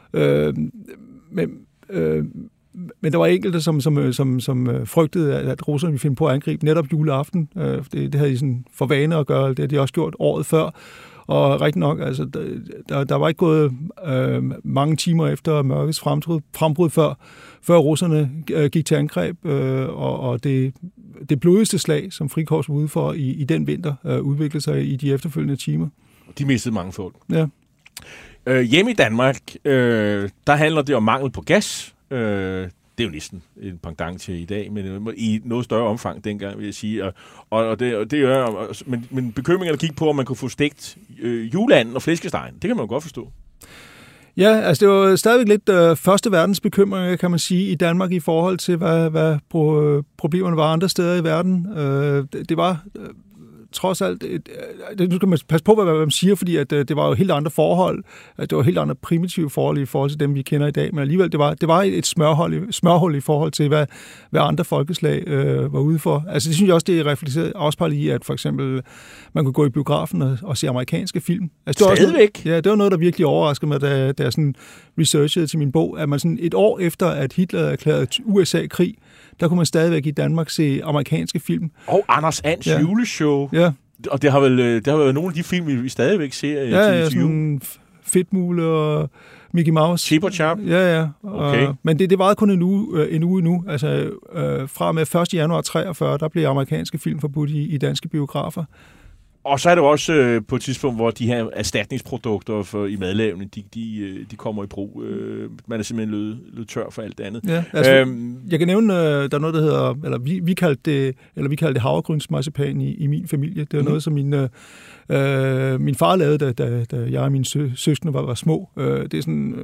Men der var enkelte, som frygtede, at russerne ville finde på at angribe netop juleaften. Det havde de sådan for vane at gøre, det havde de også gjort året før. Og rigtig nok, altså, der var ikke gået mange timer efter mørkets frembrud før russerne gik til angreb, og det blodigste slag, som Frikorps var ude for i den vinter, udviklede sig i de efterfølgende timer. De mistede mange folk. Ja. Hjemme i Danmark, der handler det om mangel på gas. Det er jo næsten en pendant til i dag, men i noget større omfang dengang, vil jeg sige. Og det gør, men bekymringerne gik på, om man kunne få stegt juleanden og flæskestegen. Det kan man jo godt forstå. Ja, altså det var stadigvæk lidt første verdens bekymringer, kan man sige, i Danmark i forhold til, hvad problemerne var andre steder i verden. Det var trods alt, nu skal man passe på, hvad man siger, fordi at det var jo helt andre forhold, det var helt andre primitive forhold i forhold til dem, vi kender i dag, men alligevel, det var et smørhul i forhold til, hvad andre folkeslag var ude for. Altså det synes jeg også, det er reflekteret afspejlet i, at for eksempel man kunne gå i biografen og se amerikanske film. Altså, det stadigvæk? Ja, det var noget, der virkelig overraskede mig, da jeg sådan researchede til min bog, at man sådan et år efter, at Hitler erklærede USA-krig, der kunne man stadigvæk i Danmark se amerikanske film. Og Anders Ands juleshow. Ja. Og det har været nogle af de film, vi stadigvæk ser til jul. Fedtmule og Mickey Mouse. Chip og Chap? Ja. Okay. Men det varede kun en uge endnu. Altså, fra med 1. januar 43, der blev amerikanske film forbudt i danske biografer. Og så er det også på et tidspunkt, hvor de her erstatningsprodukter i madlavning, de kommer i brug. Man er simpelthen løbet tør for alt det andet. Ja, altså, jeg kan nævne, der er noget, der hedder, eller vi kaldte det havregrynsmarcipan i min familie. Det var noget, som min far lavede, da jeg og mine søskende var små. Det er sådan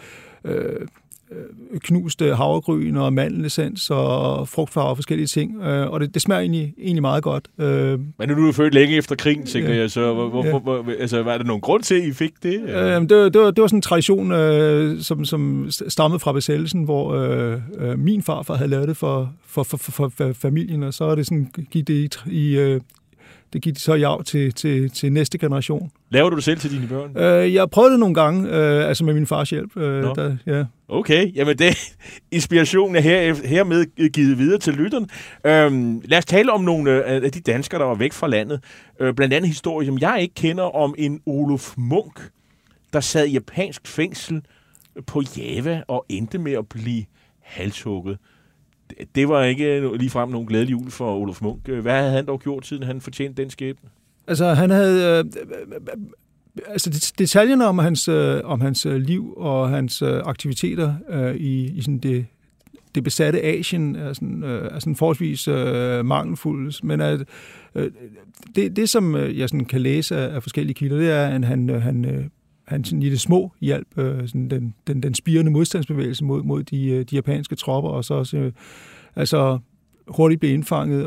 knust havregryn og mandelessens og frugtfarve og forskellige ting. Og det smager egentlig meget godt. Men nu er du født længe efter krigen, tænker jeg, så altså, var der nogen grund til, at I fik det? Det var sådan en tradition, som stammede fra besættelsen, hvor min farfar havde lavet det for familien, og så er det sådan, det gik så i arv til næste generation. Laver du det selv til dine børn? Jeg prøvede det nogle gange, altså med min fars hjælp. Ja. Okay, jamen det inspirationen er hermed givet videre til lytterne. Lad os tale om nogle af de danskere, der var væk fra landet. Blandt andet historie, som jeg ikke kender, om en Oluf Munk, der sad i japansk fængsel på Java og endte med at blive halshugget. Det var ikke ligefrem nogen glædelig jul for Oluf Munk. Hvad havde han dog gjort, siden han fortjente den skæbne? Altså, han havde... detaljerne om hans liv og hans aktiviteter i sådan det besatte Asien er sådan forholdsvis mangelfulde. Men det, som jeg sådan kan læse af forskellige kilder, det er, at han sådan i det små hjalp sådan den spirende modstandsbevægelse mod de japanske tropper, og så også altså hurtigt blev indfanget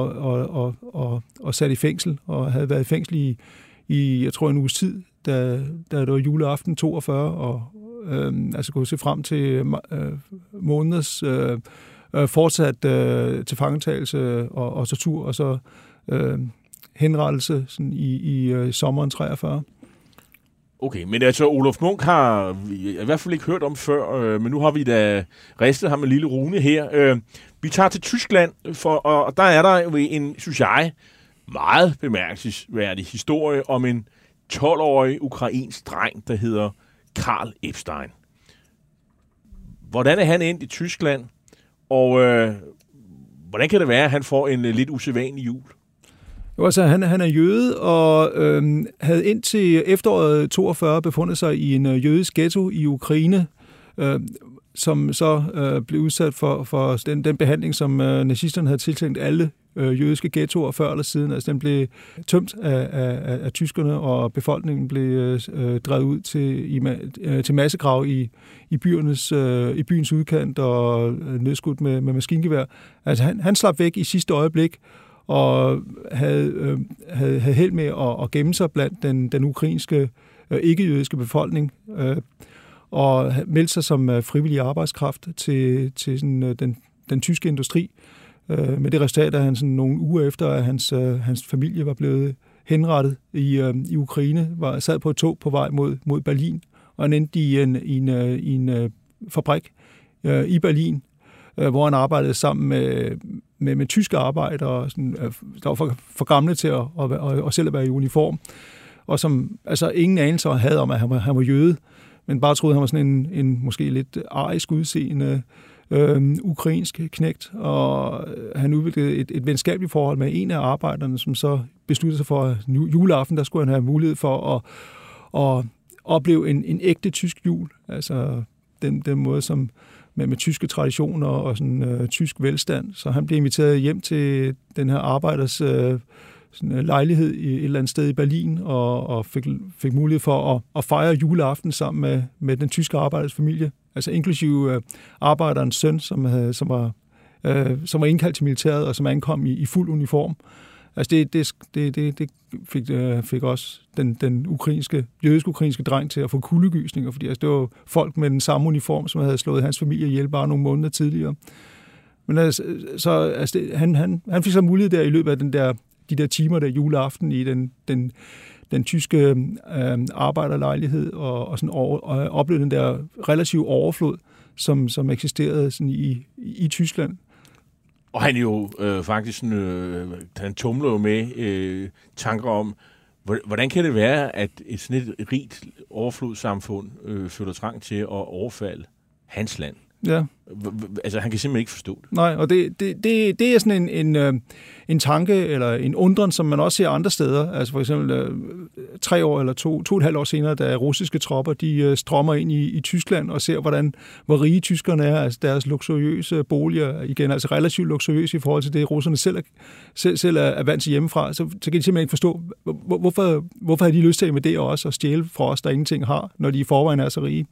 og sat i fængsel, og havde været i fængsel i jeg tror en uges tid, da det var juleaften 42, og altså kunne se frem til måneders fortsat tilfangetagelse og tortur, og så henrettelse sådan i sommeren 43. Okay, men altså Oluf Munk har vi i hvert fald ikke hørt om før, men nu har vi da ristet ham en lille rune her. Vi tager til Tyskland, og der er der jo en, synes jeg, meget bemærkelsesværdig historie om en 12-årig ukrainsk dreng, der hedder Karl Epstein. Hvordan er han endt i Tyskland, og hvordan kan det være, at han får en lidt usædvanlig jul? Jo, altså, han er jøde, og havde indtil efteråret 42 befundet sig i en jødisk ghetto i Ukraine, som så blev udsat for den behandling, som nazisterne havde tiltænkt alle jødiske ghettoer før eller siden. Altså, den blev tømt af tyskerne, og befolkningen blev drevet ud til massegrav i byens udkant og nedskudt med maskingevær. Altså, han slap væk i sidste øjeblik, og havde held med at gemme sig blandt den ukrainske ikke-jødiske befolkning, og meldte sig som frivillig arbejdskraft til sådan, den tyske industri. Med det resultat, at han sådan nogle uger efter, at hans familie var blevet henrettet i Ukraine, sad på et tog på vej mod Berlin, og han endte i en fabrik i Berlin, hvor han arbejdede sammen med tyske arbejdere, der var for gamle til at selv være i uniform, og som altså ingen anelse havde om, at han var jøde, men bare troede, han var sådan en måske lidt arisk udseende ukrainsk knægt, og han udviklede et venskabeligt forhold med en af arbejderne, som så besluttede sig for, at juleaften, der skulle han have mulighed for at opleve en ægte tysk jul, altså den måde, som med tyske traditioner og sådan tysk velstand. Så han blev inviteret hjem til den her arbejders lejlighed i et eller andet sted i Berlin, og fik mulighed for at fejre juleaften sammen med den tyske arbejders familie. Altså inklusive arbejderens søn, som var indkaldt til militæret, og som ankom i fuld uniform. Altså det fik også den jødisk-ukrainske dreng til at få kuldegysninger, fordi altså, det var folk med den samme uniform, som havde slået hans familie ihjel bare nogle måneder tidligere. Men han fik så mulighed der i løbet af de der timer der juleaften i den tyske arbejderlejlighed, og sådan oplevede den der relative overflod, som eksisterede sådan i Tyskland. Og han jo faktisk han tumler jo med tanker om, Hvordan kan det være, at sådan et rigt overflodssamfund føler trang til at overfalde hans land? Ja. Altså, han kan simpelthen ikke forstå det. Nej, og det er sådan en tanke eller en undren, som man også ser andre steder. Altså for eksempel 3 år eller 2,5 år senere, da russiske tropper de strømmer ind i Tyskland og ser, hvor rige tyskerne er, altså deres luksuriøse boliger, igen altså relativt luksuriøse i forhold til det, russerne selv er vant til hjemmefra, så kan de simpelthen ikke forstå, hvorfor har de lyst til med det også, at stjæle fra os, der ingenting har, når de i forvejen er så rige.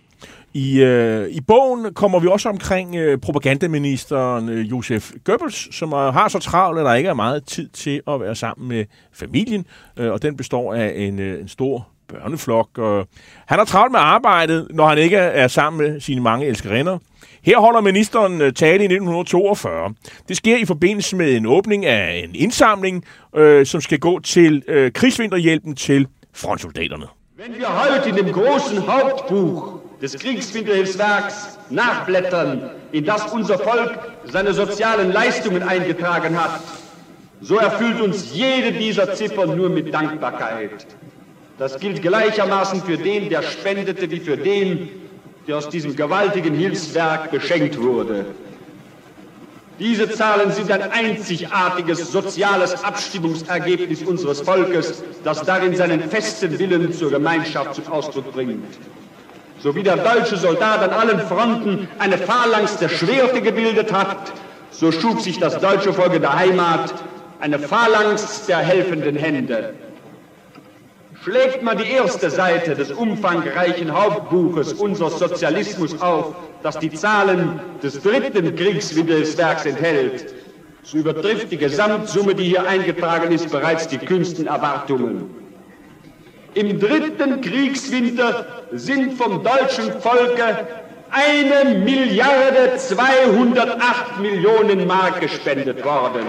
I bogen kommer vi også omkring propagandaministeren Josef Goebbels, som har så travlt, at der ikke er meget tid til at være sammen med familien, og den består af en stor børneflok. Han har travlt med arbejdet, når han ikke er sammen med sine mange elskerinder. Her holder ministeren tale i 1942. Det sker i forbindelse med en åbning af en indsamling, som skal gå til krigsvinterhjælpen til frontsoldaterne. Wenn wir heute in dem großen Hauptbuch des Kriegswinterhilfswerks nachblättern, in das unser Volk seine sozialen Leistungen eingetragen hat, so erfüllt uns jede dieser Ziffern nur mit Dankbarkeit. Das gilt gleichermaßen für den, der spendete, wie für den, der aus diesem gewaltigen Hilfswerk beschenkt wurde. Diese Zahlen sind ein einzigartiges soziales Abstimmungsergebnis unseres Volkes, das darin seinen festen Willen zur Gemeinschaft zum Ausdruck bringt. So wie der deutsche Soldat an allen Fronten eine Phalanx der Schwerte gebildet hat, so schuf sich das deutsche Volk in der Heimat eine Phalanx der helfenden Hände. Schlägt man die erste Seite des umfangreichen Hauptbuches unseres Sozialismus auf, das die Zahlen des dritten Kriegswinterhilfswerks enthält, so übertrifft die Gesamtsumme, die hier eingetragen ist, bereits die kühnsten Erwartungen. Im dritten Kriegswinter sind vom deutschen Volke 1.208 Millionen Mark gespendet worden.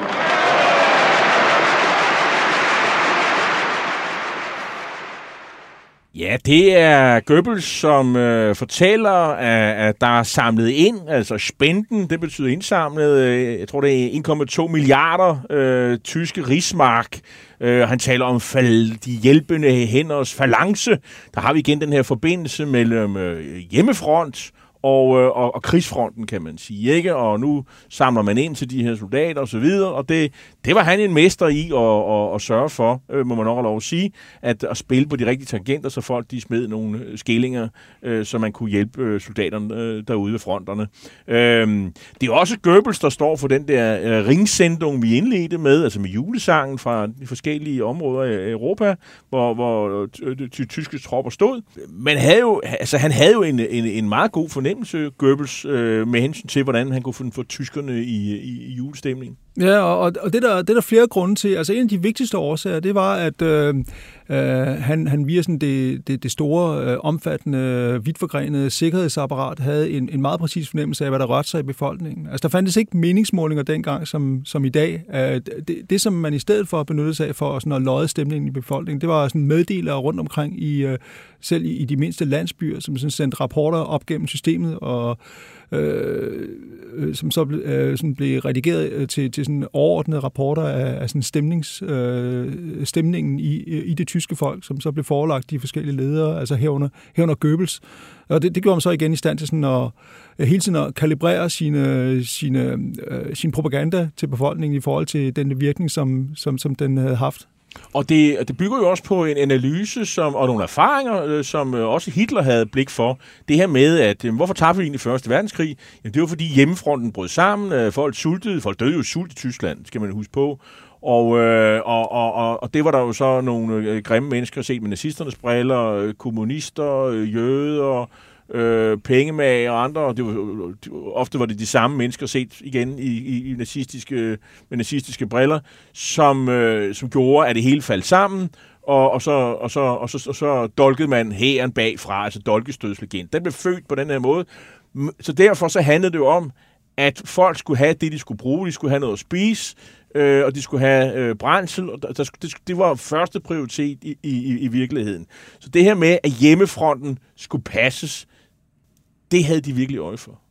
Ja, det er Goebbels, som fortæller, at der er samlet ind, altså spenden, det betyder indsamlet, jeg tror det er 1,2 milliarder tyske rigsmark. Han taler om de hjælpende hænders falance. Der har vi igen den her forbindelse mellem hjemmefront og krigsfronten, kan man sige, ikke? Og nu samler man ind til de her soldater og så videre, og det var han en mester i at sørge for, må man nok lov at sige, at spille på de rigtige tangenter, så folk de smed nogle skillinger, så man kunne hjælpe soldaterne derude ved fronterne. Det er også Goebbels, der står for den der ringsendung, vi indledte med, altså med julesangen fra de forskellige områder i Europa, hvor de tyske tropper stod. Men han havde jo en meget god fornemmelse, Goebbels, med hensyn til, hvordan han kunne få tyskerne i julestemningen. Ja, og det er der flere grunde til. Altså en af de vigtigste årsager, det var, at han via sådan det store, omfattende, vidtforgrenede sikkerhedsapparat havde en meget præcis fornemmelse af, hvad der rørte sig i befolkningen. Altså der fandtes ikke meningsmålinger dengang, som i dag. Det, som man i stedet for benyttede sig af for sådan at lodde stemningen i befolkningen, det var sådan meddelere rundt omkring selv i de mindste landsbyer, som sådan sendte rapporter op gennem systemet, og som så sådan blev redigeret til sådan overordnede rapporter af sådan stemningen i det tyske folk, som så blev forelagt de forskellige ledere, altså herunder Goebbels. Og det gjorde man så igen i stand til sådan at hele tiden at kalibrere sin propaganda til befolkningen i forhold til den virkning, som den havde haft. Og det bygger jo også på en analyse og nogle erfaringer, som også Hitler havde blik for. Det her med, at hvorfor tabte vi egentlig Første Verdenskrig? Jamen, det var fordi hjemmefronten brød sammen, folk sultede, folk døde jo sult i Tyskland, skal man huske på. Og det var der jo så nogle grimme mennesker set med nazisternes briller, kommunister, jøder, pengemager og andre, og ofte var det de samme mennesker set igen i nazistiske briller, som gjorde, at det hele faldt sammen, og så dolkede man hæren bagfra, altså dolkestødslegend. Den blev født på den her måde, så derfor så handlede det jo om, at folk skulle have det, de skulle bruge, de skulle have noget at spise, og de skulle have brændsel, og det var første prioritet i virkeligheden. Så det her med, at hjemmefronten skulle passes, det havde de virkelig øje for.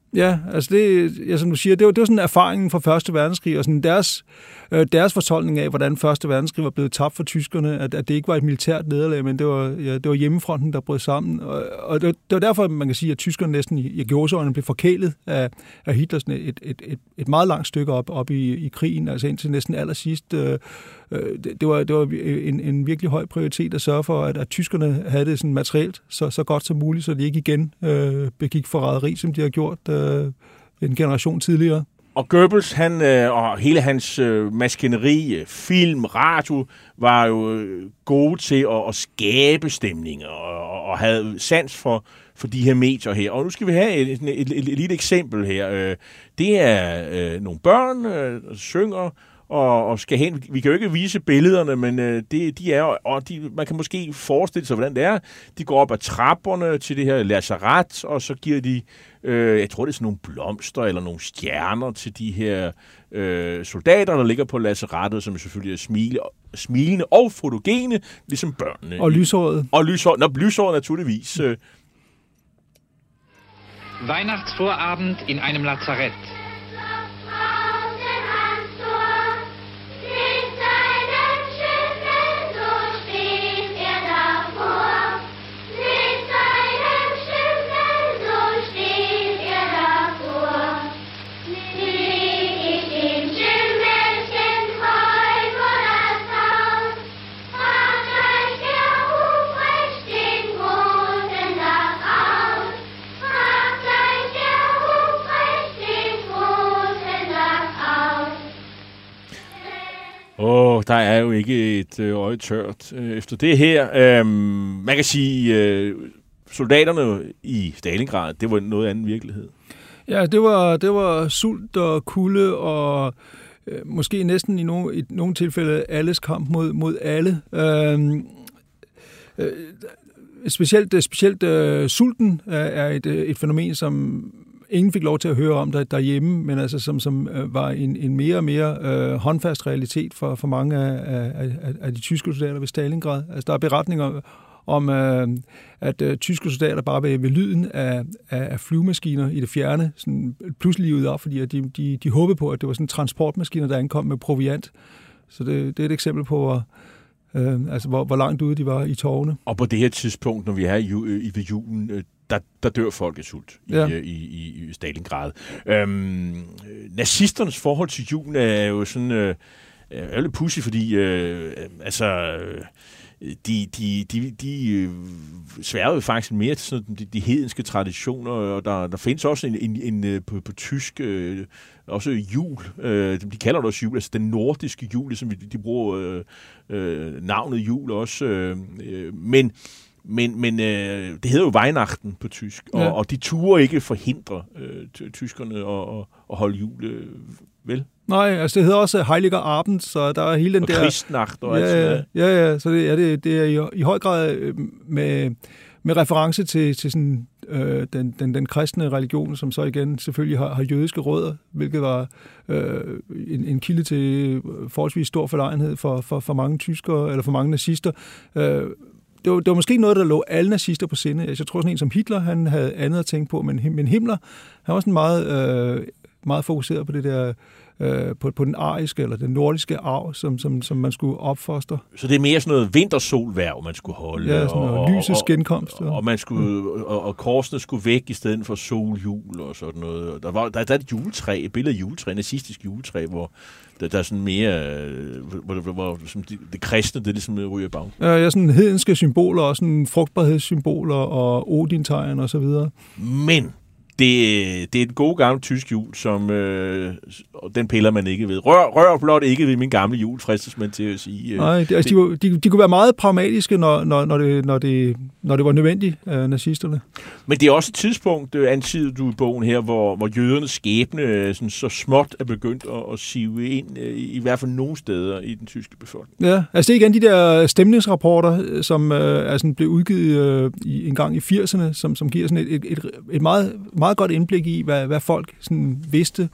Ja, altså det, som du siger, det var sådan erfaringen fra Første Verdenskrig, og sådan deres fortolkning af, hvordan Første Verdenskrig var blevet tabt for tyskerne, at det ikke var et militært nederlag, men det var hjemmefronten, der brød sammen. Og det var derfor, man kan sige, at tyskerne næsten i gåseøjne blev forkælet af Hitler et meget langt stykke op i krigen, altså indtil næsten allersidst. Det var en virkelig høj prioritet at sørge for, at tyskerne havde det sådan materielt så godt som muligt, så de ikke igen begik forræderi, som de har gjort en generation tidligere. Og Goebbels, og hele hans maskineri, film, radio, var jo gode til at skabe stemninger og havde sans for de her medier her. Og nu skal vi have et lille eksempel her. Det er nogle børn, der synger, og skal hen. Vi kan jo ikke vise billederne, men de er, og man kan måske forestille sig, hvordan det er. De går op ad trapperne til det her lazaret, og så giver de, jeg tror det er sådan nogle blomster eller nogle stjerner til de her soldater, der ligger på lazarettet, som selvfølgelig er smilende og fotogene, ligesom børnene. Og lyshåret. Og lyshåret naturligvis. Weihnachtsvorabend in einem Lazarett. Der er jo ikke et øje tørt efter det her. Man kan sige, soldaterne i Stalingrad, det var noget anden virkelighed. Ja, det var sult og kulde og måske næsten i nogle tilfælde alles kamp mod alle. Specielt sulten er et fænomen, som ingen fik lov til at høre om derhjemme, men altså som var en mere og mere håndfast realitet for mange af de tyske soldater ved Stalingrad. Altså der er beretninger om, at tyske soldater bare ved lyden af flyvemaskiner i det fjerne sådan pludselig ud op, fordi at de håbede på, at det var sådan transportmaskiner, der ankom med proviant. Så det er et eksempel på, hvor langt ude de var i tårne. Og på det her tidspunkt, når vi er ved julen, der dør folk af sult i Stalingrad. Nazisternes forhold til julen er jo sådan lidt pudsigt, fordi de sværger faktisk mere til sådan de hedenske traditioner, og der findes også en på tysk også jul. De kalder det også jul, altså den nordiske jul, som de bruger navnet jul også. Men det hedder jo Weihnachten på tysk, og de turde ikke forhindre tyskerne at holde jul, vel? Nej, altså det hedder også Heiliger Abend, så der er hele den og der... Og Kristnacht og alt sådan noget. Ja, så det er i høj grad med reference til sådan, den kristne religion, som så igen selvfølgelig har jødiske rødder, hvilket var en kilde til forholdsvis stor forlegenhed for mange tyskere, eller for mange nazister. Det var måske noget, der lå alle nazister på sinde. Jeg tror sådan en som Hitler, han havde andet at tænke på, men Himmler, han var sådan meget fokuseret på det der, på den ariske eller den nordiske arv, som man skulle opfostre. Så det er mere sådan noget vintersolværv, man skulle holde. Ja, sådan noget lysets genkomst. Og man skulle, og korsene skulle væk i stedet for soljul og sådan noget. Der er et juletræ, et billede af juletræ, nazistisk juletræ, hvor der er sådan mere, hvor det kristne, det er ligesom ryger bag. Ja, sådan hedenske symboler, og sådan frugtbarhedssymboler, og Odin-tegn og så videre. Men det er et god gammel tysk jul, som den piller man ikke ved. Rør blot ikke ved min gamle jul, fristes man til at sige. Nej, de kunne være meget pragmatiske, når det var nødvendigt, nazisterne. Men det er også et tidspunkt, antyder du i bogen her, hvor jødernes skæbne sådan, så småt er begyndt at sive ind, i hvert fald nogle steder i den tyske befolkning. Ja, altså det er igen de der stemningsrapporter, som blev udgivet en gang i 80'erne, som giver sådan et meget, meget godt indblik i, hvad folk sådan vidste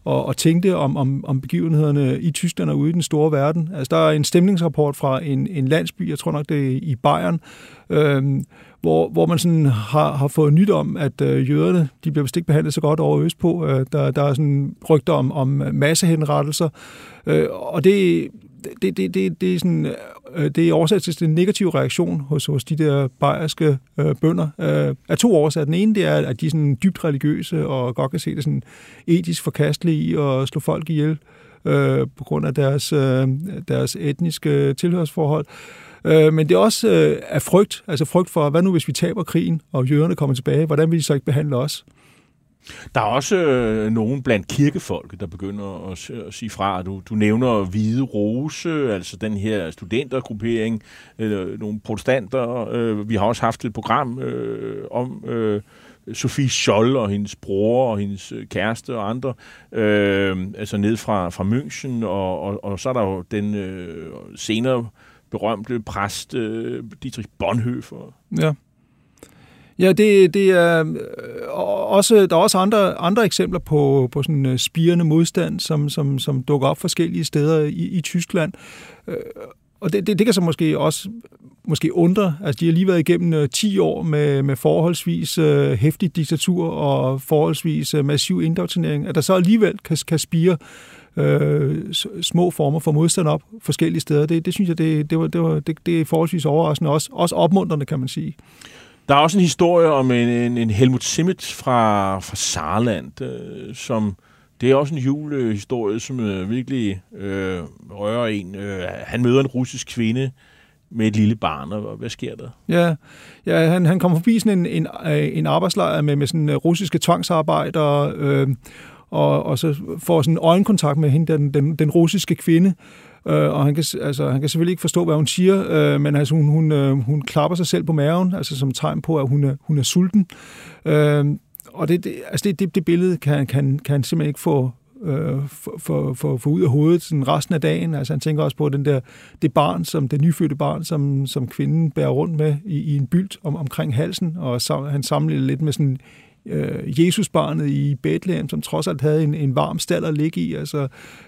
og tænkte om begivenhederne i Tyskland og ude i den store verden. Altså, der er en stemningsrapport fra en landsby, jeg tror nok det er i Bayern, hvor man sådan har fået nyt om, at jøderne, de bliver vist ikke behandlet så godt over østpå. Der er sådan rygter om massehenrettelser, og det er sådan, det er årsag til den negative reaktion hos de der bayerske bønder af to årsager. Den ene, det er, at de er sådan dybt religiøse og godt kan se det sådan etisk forkastelige i at slå folk ihjel på grund af deres etniske tilhørsforhold. Men det er også af frygt, altså frygt for, hvad nu hvis vi taber krigen, og jøderne kommer tilbage, hvordan vil de så ikke behandle os? Der er også nogen blandt kirkefolk, der begynder at sige fra. Du nævner Hvide Rose, altså den her studentergruppering, nogle protestanter. Vi har også haft et program om Sophie Scholl og hendes bror og hendes kæreste og andre, altså ned fra München, og så er der jo den senere berømte præst Dietrich Bonhoeffer. Ja. Ja, det er også, der er også andre eksempler på sådan spirende modstand, som dukker op forskellige steder i Tyskland. Og det kan så måske undre. Altså, de har lige været igennem 10 år med forholdsvis heftigt diktatur og forholdsvis massiv indoktrinering, at der så alligevel kan spire små former for modstand op forskellige steder. Det synes jeg, det er forholdsvis overraskende, også opmuntrende, kan man sige. Der er også en historie om en Helmut Simmet fra Saarland, som det er også en julehistorie, som virkelig rører en. Han møder en russisk kvinde med et lille barn, og hvad sker der? Ja, han kommer forbi sådan en arbejdslejr med sådan russiske tvangsarbejdere, og så får sådan øjenkontakt med hende, den russiske kvinde. Og han kan selvfølgelig ikke forstå, hvad hun siger, men altså hun klapper sig selv på maven, altså som tegn på, at hun er sulten. Og det billede kan han simpelthen ikke få ud af hovedet sådan resten af dagen. Altså han tænker også på det nyfødte barn, som kvinden bærer rundt med i en bylt omkring halsen, og han sammenligner lidt med sådan Jesusbarnet i Bethlehem, som trods alt havde en varm stald at ligge i. Altså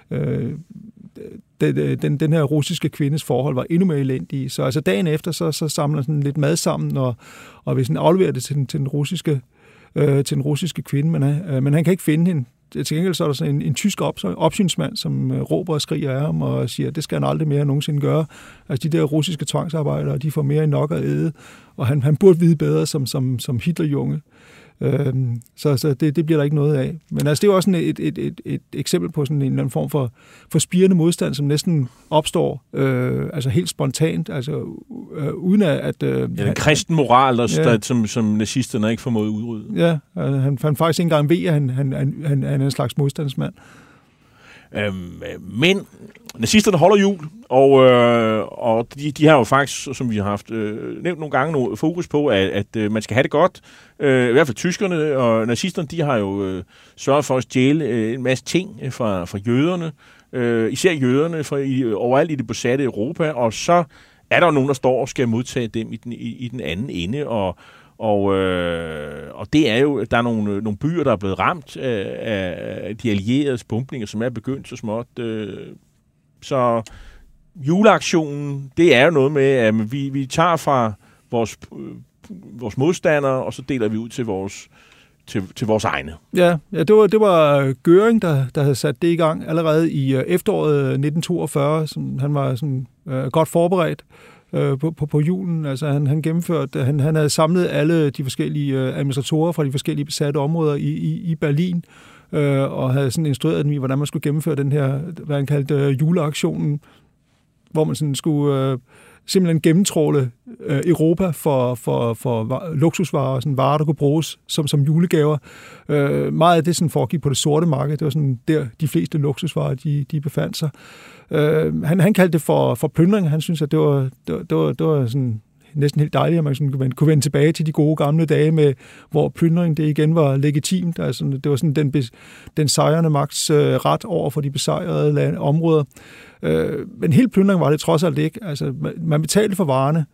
den her russiske kvindes forhold var endnu mere elendige. Så altså dagen efter, så samler sådan lidt mad sammen, og vil sådan aflevere det til den russiske kvinde, men han kan ikke finde hende. Til gengæld så er der sådan en tysk opsynsmand, som råber og skriger af ham og siger, at det skal han aldrig mere nogensinde gøre. Altså de der russiske tvangsarbejdere, de får mere end nok at æde, og han burde vide bedre som Hitlerjunge. Så det bliver der ikke noget af. Men altså, det er jo også sådan et eksempel på sådan en eller anden form for spirende modstand, som næsten opstår altså helt spontant, altså uden at... en kristen moral, som nazisterne ikke formåede udrydde. Ja, han faktisk ikke engang ved, at han er en slags modstandsmand. Men nazisterne holder jul, og de har jo faktisk, som vi har haft nævnt nogle gange, fokus på, at man skal have det godt. I hvert fald tyskerne og nazisterne, de har jo sørget for at stjæle en masse ting fra jøderne, især jøderne overalt i det besatte Europa, og så er der jo nogen, der står og skal modtage dem i den anden ende, og det er jo, der er nogle byer, der er blevet ramt af de allieredes bombninger, som er begyndt så småt. Så juleaktionen, det er jo noget med, at vi tager fra vores modstandere, og så deler vi ud til vores egne. Ja, det var Göring, der havde sat det i gang allerede i efteråret 1942. Han var sådan godt forberedt på julen. Altså han gennemførte, han havde samlet alle de forskellige administratorer fra de forskellige besatte områder i Berlin, og havde sådan instrueret dem i, hvordan man skulle gennemføre den her, hvad han kaldte juleaktionen, hvor man sådan skulle simpelthen gennemtråle Europa for luksusvarer, sådan varer, der kunne bruges som julegaver. Meget af det sådan foregik på det sorte marked. Det var sådan der, de fleste luksusvarer, de befandt sig. Han kaldte det for plyndring. Han synes, at det var sådan næsten helt dejligt, at man sådan kunne vende tilbage til de gode gamle dage, hvor plyndring det igen var legitimt. Altså, det var sådan den sejrende magts ret over for de besejrede områder. Men helt plyndring var det trods alt ikke. Altså, man betalte for varerne,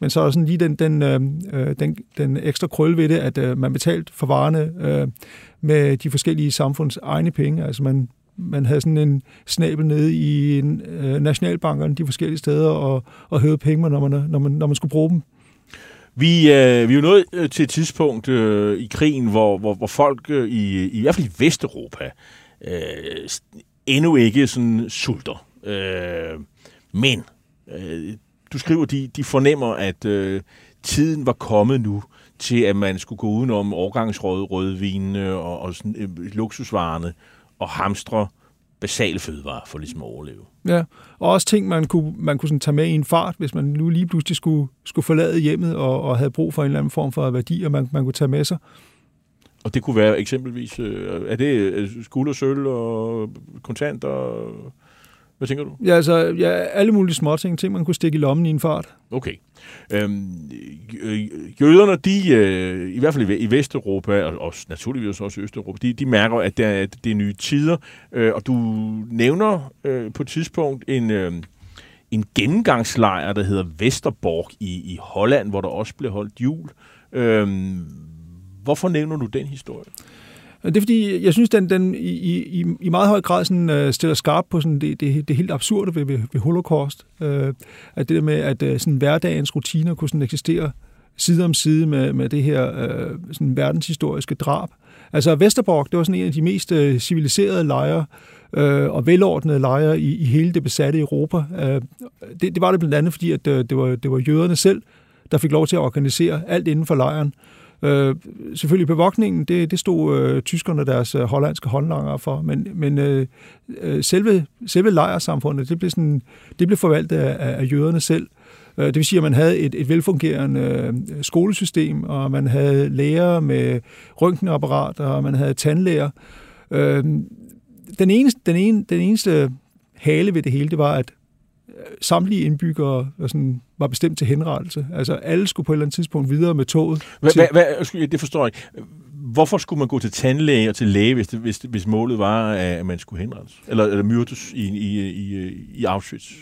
Men så er der sådan lige den ekstra krølle ved det, at man betalte for varerne med de forskellige samfunds egne penge. Altså man havde sådan en snabel nede i nationalbankerne de forskellige steder og hævede penge, når man skulle bruge dem. Vi er jo nået til et tidspunkt i krigen, hvor folk i hvert fald i Vesteuropa endnu ikke sådan sulter. Men du skriver, de fornemmer, at tiden var kommet nu til, at man skulle gå udenom årgangsrødvinene og sådan, luksusvarerne og hamstre basale fødevarer for ligesom at overleve. Ja, og også ting, man kunne sådan tage med i en fart, hvis man nu lige pludselig skulle forlade hjemmet og havde brug for en eller anden form for værdier, man kunne tage med sig. Og det kunne være eksempelvis, er det guld og sølv og kontanter? Hvad tænker du? Ja, altså alle mulige småting, ting man kunne stikke i lommen i en fart. Okay. Jøderne, de i hvert fald i Vesteuropa, og naturligvis også i Østeuropa, de mærker, at det er nye tider, og du nævner på et tidspunkt en gennemgangslejr, der hedder Westerbork i Holland, hvor der også blev holdt jul. Hvorfor nævner du den historie? Det er fordi, jeg synes, den i meget høj grad sådan, stiller skarpt på sådan det helt absurde ved Holocaust. At det der med, at sådan hverdagens rutiner kunne sådan eksistere side om side med det her sådan verdenshistoriske drab. Altså Westerbork, det var sådan en af de mest civiliserede lejre og velordnede lejre i hele det besatte Europa. Det var det blandt andet, fordi at det var jøderne selv, der fik lov til at organisere alt inden for lejren. Selvfølgelig bevogtningen, det stod tyskerne og deres hollandske håndlangere for, men selve lejrsamfundet, det blev forvaltet af jøderne selv. Det vil sige, at man havde et velfungerende skolesystem, og man havde lærere med røntgenapparater, og man havde tandlæger. Den eneste hale ved det hele, det var, at samtlige indbyggere var bestemt til henrettelse. Altså alle skulle på et eller andet tidspunkt videre med toget. Det forstår jeg ikke. Hvorfor skulle man gå til tandlæge og til læge, hvis målet var, at man skulle henrettes? Eller myrdes i Auschwitz?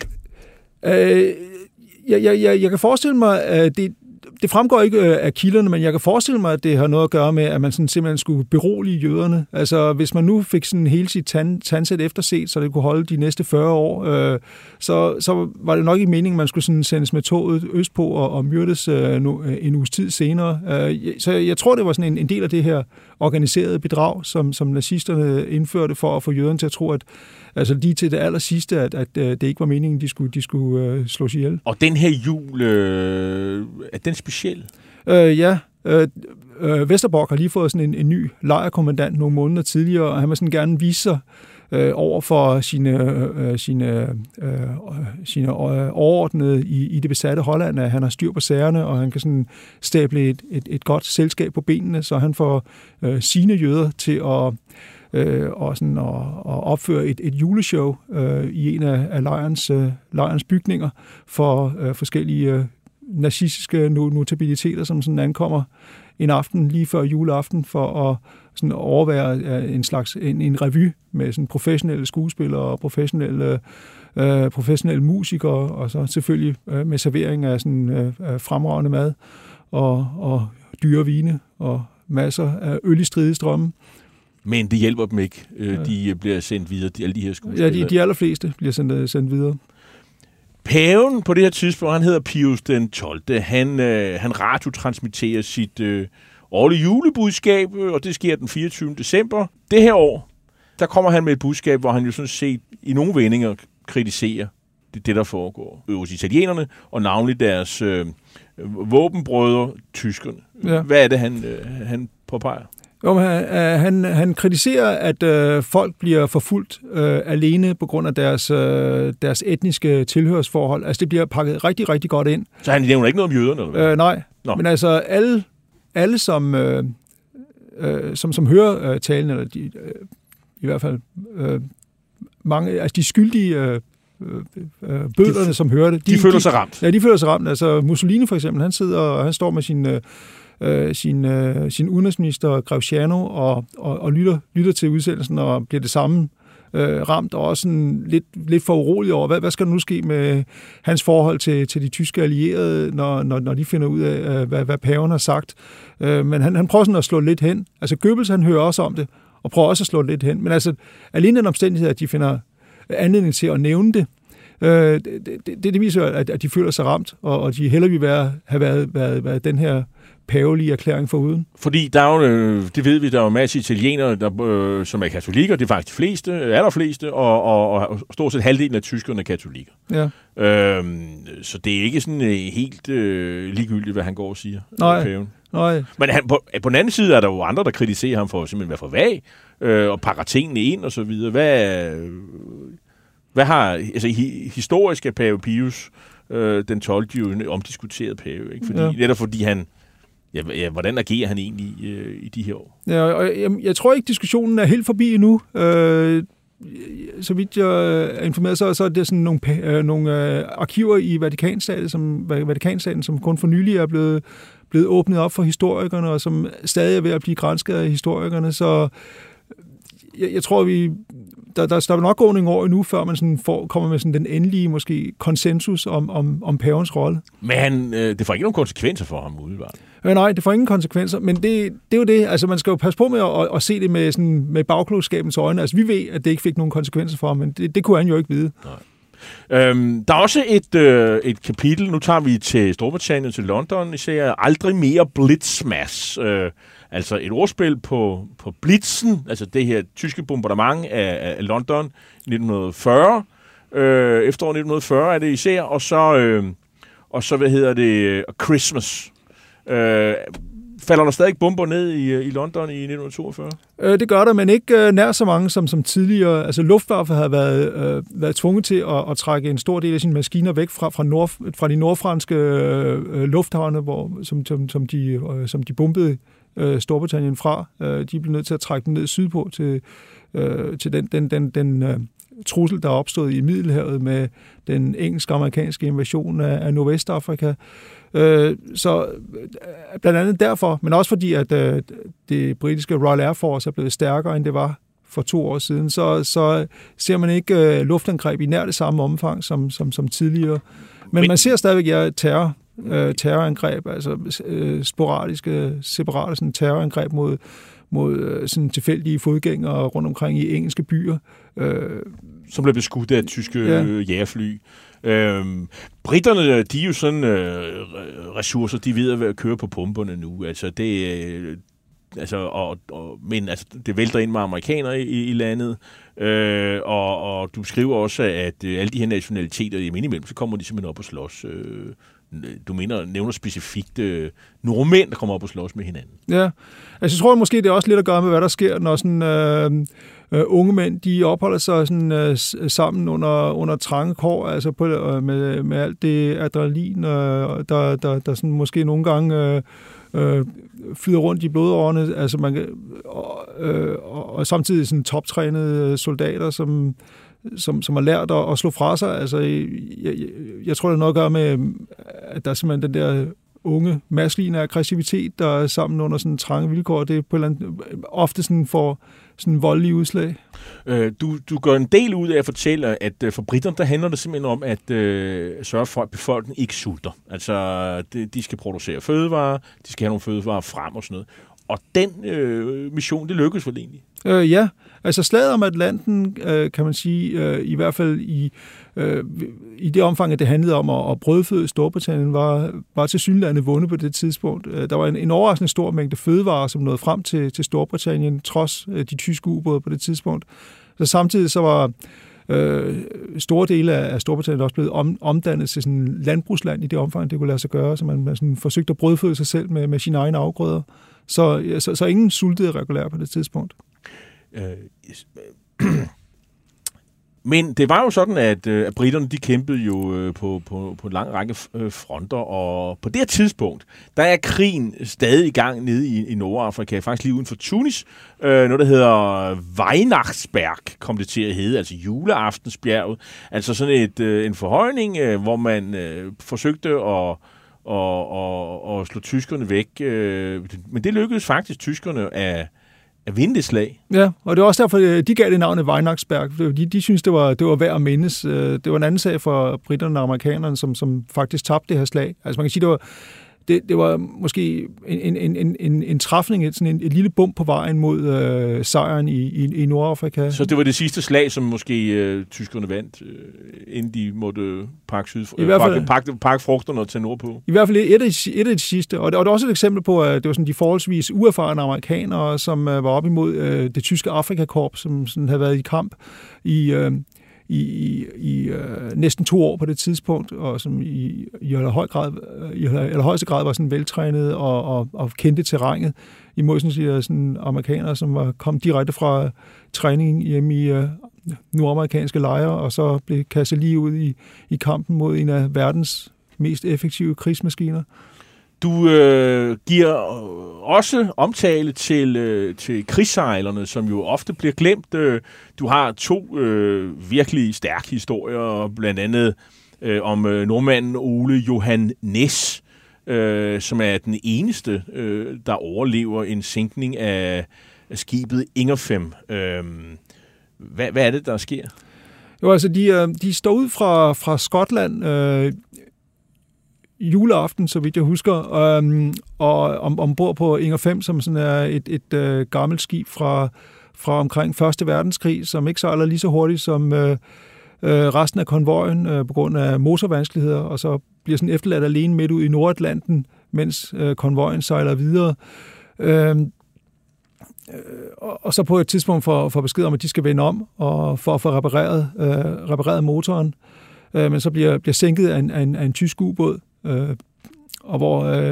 Jeg kan forestille mig, at det fremgår ikke af kilderne, men jeg kan forestille mig, at det har noget at gøre med, at man sådan simpelthen skulle berolige jøderne. Altså, hvis man nu fik sådan hele sit tandsæt efterset, så det kunne holde de næste 40 år, så var det nok ikke meningen, at man skulle sådan sendes med toget østpå og myrdes en uges tid senere. Så jeg tror, det var sådan en del af det her organiserede bedrag, som nazisterne indførte for at få jøderne til at tro, at altså lige til det aller sidste, at det ikke var meningen, de skulle slås ihjel. Og den her jul, er den speciel? Ja. Westerbork har lige fået sådan en ny lejrkommandant nogle måneder tidligere, og han vil sådan gerne vise sig over for sine overordnede i det besatte Holland, at han har styr på sagerne, og han kan sådan stable et godt selskab på benene, så han får sine jøder til at opføre et juleshow i en af lejrens bygninger for forskellige nazistiske notabiliteter, som sådan ankommer en aften lige før juleaften for at sådan overvære en revy med sådan professionelle skuespillere og professionelle musikere, og så selvfølgelig med servering af sådan fremragende mad og dyre vine og masser af øl i stridestrømme. Men det hjælper dem ikke. De bliver sendt videre, alle de her skuespillere. Ja, de allerfleste bliver sendt videre. Paven på det her tidspunkt, han hedder Pius den 12. Han radiotransmitterer sit årlige julebudskab, og det sker den 24. december. Det her år, der kommer han med et budskab, hvor han jo sådan set i nogle vendinger kritiserer det der foregår hos italienerne, og navnlig deres våbenbrødre, tyskerne. Ja. Hvad er det, han påpeger? Jo, han kritiserer, at folk bliver forfulgt alene på grund af deres etniske tilhørsforhold. Altså, det bliver pakket rigtig, rigtig godt ind. Så han nævner ikke noget om jøderne? Eller hvad? Nej, Nå. Men altså alle som hører talen, eller de, i hvert fald mange, altså de skyldige bødlerne, som hører det. De føler sig ramt. Ja, de føler sig ramt. Altså Mussolini for eksempel, han står med sin udenrigsminister Gravciano og lytter til udsendelsen og bliver det samme ramt, og også sådan lidt for urolig over, hvad skal der nu ske med hans forhold til de tyske allierede, når de finder ud af, hvad paven har sagt. Men han prøver sådan at slå lidt hen. Altså Goebbels, han hører også om det, og prøver også at slå lidt hen. Men altså, alene den omstændighed, at de finder anledning til at nævne det, det viser, at de føler sig ramt, og de hellere vil have været den her pavelige erklæring foruden. Fordi der er jo, det ved vi, der er jo masser af italienere, der, som er katolikker, det er faktisk de fleste, allerfleste, og stort set halvdelen af tyskerne er katolikker. Ja. Så det er ikke sådan helt ligegyldigt, hvad han går og siger. Nej. Men på den anden side er der jo andre, der kritiserer ham for simpelthen at være for vag, og pakker tingene ind og så videre. Hvad har, altså historisk er Pave Pius den 12. jo en omdiskuteret pave, ikke? Netop fordi han, hvordan agerer han egentlig i de her år? Ja, og jeg tror ikke, diskussionen er helt forbi endnu. Så vidt jeg er informeret, så er det sådan nogle arkiver i Vatikanstaten, som kun for nylig er blevet åbnet op for historikerne, og som stadig er ved at blive gransket af historikerne. Så jeg tror, der vil nok gå nogle år endnu, før man sådan kommer med sådan den endelige måske konsensus om pavens rolle. Men det får ikke nogen konsekvenser for ham umiddelbart. Nej, det får ingen konsekvenser, men det er jo det. Altså, man skal jo passe på med at se det med bagklogskabens øjne. Altså, vi ved, at det ikke fik nogen konsekvenser for ham, men det kunne han jo ikke vide. Nej. Der er også et kapitel, nu tager vi til Storbritannien, til London, især aldrig mere blitzmass. Altså et ordspil på Blitzen, altså det her tyske bombardement af London i 1940. Efteråret 1940 er det især, og så Christmas. Falder der stadig bomber ned i London i 1942? Det gør der, men ikke nær så mange som tidligere. Altså Luftwaffe havde været tvunget til at trække en stor del af sine maskiner væk fra de nordfranske lufthavne, som de bombede Storbritannien fra. De blev nødt til at trække dem ned sydpå til den trussel, der er opstået i Middelhavet med den engelsk-amerikanske invasion af Nordvestafrika. Så blandt andet derfor, men også fordi, at det britiske Royal Air Force er blevet stærkere, end det var for 2 år siden, så ser man ikke luftangreb i nær det samme omfang som tidligere. Men man ser stadigvæk terrorangreb, altså sporadiske, separate sådan, terrorangreb mod sådan tilfældige fodgængere rundt omkring i engelske byer. Som blev beskudt af tyske jægerfly. Britterne, de er jo sådan ressourcer, de ved at køre på pumperne nu. Altså det men det vælter ind med amerikanere i landet, og du skriver også, at alle de her nationaliteter, imellem, så kommer de simpelthen op og slås. Du nævner specifikt nordmænd, der kommer op og slås med hinanden. Ja, altså jeg tror måske, det er også lidt at gøre med, hvad der sker, når sådan unge mænd, de opholder sig sådan sammen under trange kår, altså med alt det adrenalin, der sådan måske nogle gange flyder rundt i blodårene, altså og samtidig sådan toptrænede soldater, som har lært at slå fra sig. Altså, jeg tror, det er noget at gøre med, at der er simpelthen den der unge maskuline aggressivitet, der er sammen under sådan trange vilkår. Det er på et eller andet, ofte sådan for sådan voldelige udslag. Du gør en del ud af at fortælle, at for britterne, der handler det simpelthen om at sørge for, at befolkningen ikke sulter. Altså, de skal producere fødevarer, de skal have nogle fødevarer frem og sådan noget. Og den mission, det lykkes vel egentlig? Ja, altså slaget om Atlanten, kan man sige, i hvert fald i det omfang, at det handlede om at brødføde Storbritannien, var tilsyneladende vundet på det tidspunkt. Der var en overraskende stor mængde fødevarer, som nåede frem til Storbritannien, trods de tyske ubåde på det tidspunkt. Så samtidig så var store dele af Storbritannien også blevet omdannet til sådan landbrugsland i det omfang, det kunne lade sig gøre, så man sådan forsøgte at brødføde sig selv med sine egne afgrøder. Så ingen sultede regulært på det tidspunkt. Men det var jo sådan, at briterne, de kæmpede jo på en lang række fronter, og på det her tidspunkt, der er krigen stadig i gang nede i Nordafrika, faktisk lige uden for Tunis. Noget, der hedder Weihnachtsberg, kom det til at hedde, altså juleaftensbjerget. Altså sådan en forhøjning, hvor man forsøgte at slå tyskerne væk. Men det lykkedes faktisk tyskerne at vinde det slag. Ja, og det var også derfor, de gav det navnet Weihnachtsberg. De synes det var værd at mindes. Det var en anden sag for britterne og amerikanerne, som faktisk tabte det her slag. Altså man kan sige, det var måske en træfning, sådan et lille bump på vejen mod sejren i Nordafrika. Så det var det sidste slag, som måske tyskerne vandt, inden de måtte pakke frugterne til nordpå? I hvert fald et af de sidste. Og det var også et eksempel på, at det var sådan de forholdsvis uerfarne amerikanere, som var op imod det tyske Afrikakorps, som sådan havde været i kamp i næsten 2 år på det tidspunkt, og som i allerhøjeste grad var sådan veltrænet og kendte terrænet, imod sådan amerikanere, som kom direkte fra træning hjemme i nordamerikanske lejre, og så blev kastet lige ud i kampen mod en af verdens mest effektive krigsmaskiner. Du giver også omtale til krigssejlerne, som jo ofte bliver glemt. Du har 2 virkelig stærke historier, blandt andet om nordmanden Ole Johan Næs, som er den eneste, der overlever en sænkning af skibet Ingerfem. Hvad er det, der sker? Jo, altså de står ud fra Skotland juleaften, så vidt jeg husker, og ombord på Ingerfem, som sådan er et gammelt skib fra omkring 1. verdenskrig, som ikke sejler lige så hurtigt som resten af konvojen på grund af motorvanskeligheder, og så bliver sådan efterladt alene midt ud i Nordatlanten, mens konvojen sejler videre. Og så på et tidspunkt får besked om, at de skal vende om og for at få repareret motoren, men så bliver sænket af en tysk ubåd, og hvor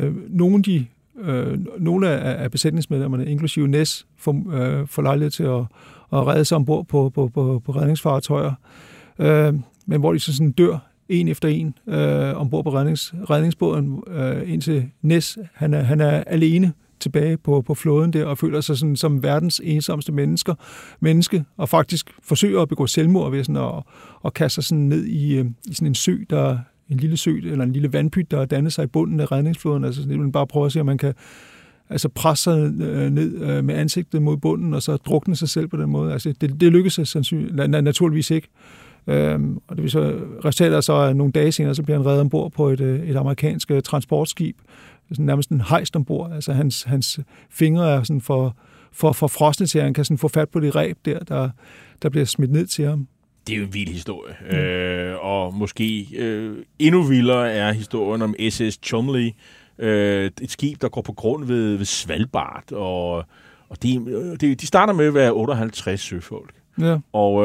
nogle af besætningsmedlemmerne, inklusive Næs, får lejlighed til at redde sig ombord på redningsfartøjer, men hvor de så sådan dør en efter en ombord på redningsbåden, indtil Næs han er alene tilbage på flåden der, og føler sig sådan som verdens ensomste menneske, og faktisk forsøger at begå selvmord ved sådan at kaste sig sådan ned i sådan en lille sø, eller en lille vandpyt, der er dannet sig i bunden af redningsflåden. Altså det vil bare prøve at se, om man kan presse sig ned med ansigtet mod bunden, og så drukne sig selv på den måde. Altså det lykkes naturligvis ikke. Og det vil så resultatet så nogle dage senere, så bliver han reddet ombord på et amerikansk transportskib, sådan nærmest en hejst ombord. Altså hans fingre er sådan for frosne til, at han kan sådan få fat på det reb der bliver smidt ned til ham. Det er jo en vild historie. Og måske endnu vildere er historien om SS Chumley, et skib, der går på grund ved Svalbard. Og de starter med at være 58 søfolk. Ja.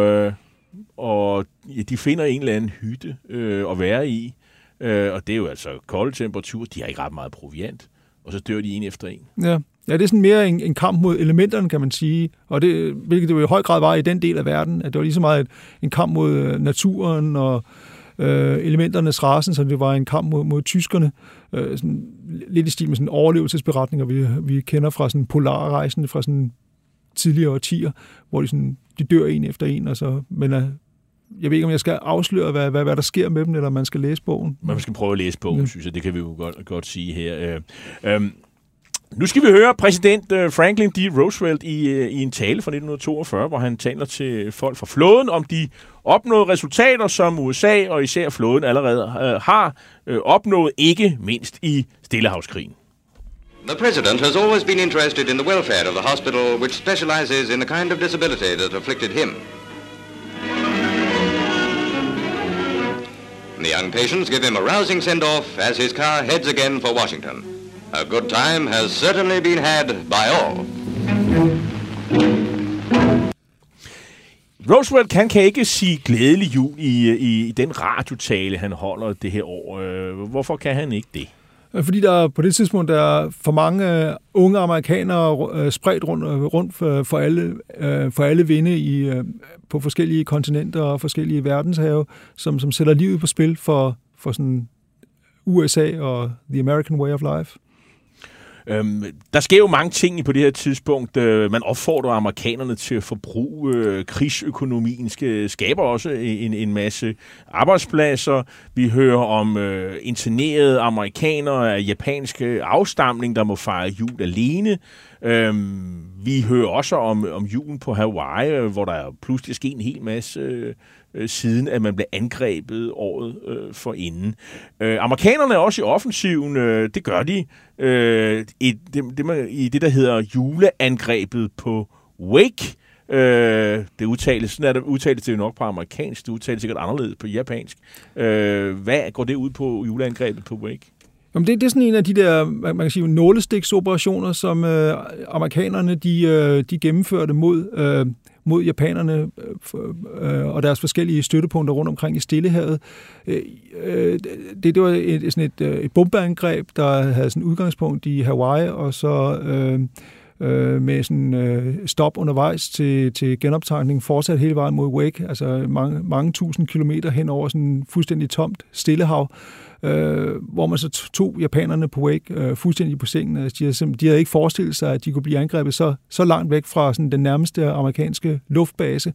Og de finder en eller anden hytte at være i. Og det er jo altså kolde temperaturer. De har ikke ret meget proviant. Og så dør de en efter en. Ja. Ja, det er sådan mere en kamp mod elementerne, kan man sige. Og det, hvilket det jo i høj grad var i den del af verden, at det var lige så meget en kamp mod naturen og elementernes rasen, som det var en kamp mod tyskerne. Sådan, lidt i stil med sådan overlevelsesberetninger, vi kender fra sådan polarrejsen fra sådan tidligere årtier, hvor de dør en efter en. Og så, men jeg ved ikke, om jeg skal afsløre, hvad der sker med dem, eller man skal læse bogen. Man skal prøve at læse bogen, synes jeg. Det kan vi jo godt sige her. Nu skal vi høre præsident Franklin D. Roosevelt i en tale fra 1942, hvor han taler til folk fra flåden om de opnåede resultater, som USA og især flåden allerede har opnået, ikke mindst i Stillehavskrigen. The President has always been interested in the welfare of the hospital, which specializes in the kind of disability that afflicted him. The young patients give him a rousing send-off as his car heads again for Washington. A good time has certainly been had by all. Roosevelt kan ikke sige glædelig jul i den radiotale, han holder det her år. Hvorfor kan han ikke det? Fordi der på det tidspunkt er for mange unge amerikanere spredt rundt for alle vinde på forskellige kontinenter og forskellige verdenshave, som sætter livet på spil for sådan USA og the American way of life. Der sker jo mange ting på det her tidspunkt. Man opfordrer amerikanerne til at forbruge. Krigsøkonomien skaber også en masse arbejdspladser. Vi hører om internerede amerikanere af japanske afstamning, der må fejre jul alene. Vi hører også om julen på Hawaii, hvor der pludselig sker en hel masse siden, at man blev angrebet året forinden. Amerikanerne er også i offensiven. Det gør de i det, der hedder juleangrebet på Wake. Det udtales det nok på amerikansk, det udtales sikkert anderledes på japansk. Hvad går det ud på, juleangrebet på Wake? Jamen det er sådan en af de der, man kan sige, nålestiksoperationer, som amerikanerne de gennemførte mod japanerne og deres forskellige støttepunkter rundt omkring i Stillehavet. Det var et bombeangreb, der havde sådan udgangspunkt i Hawaii, og så med sådan stop undervejs til genoptankning, fortsat hele vejen mod Wake, altså mange tusind kilometer hen over sådan fuldstændig tomt Stillehav, hvor man så tog japanerne på Wake fuldstændig på sengen. Altså, de havde ikke forestillet sig, at de kunne blive angrebet så langt væk fra sådan den nærmeste amerikanske luftbase.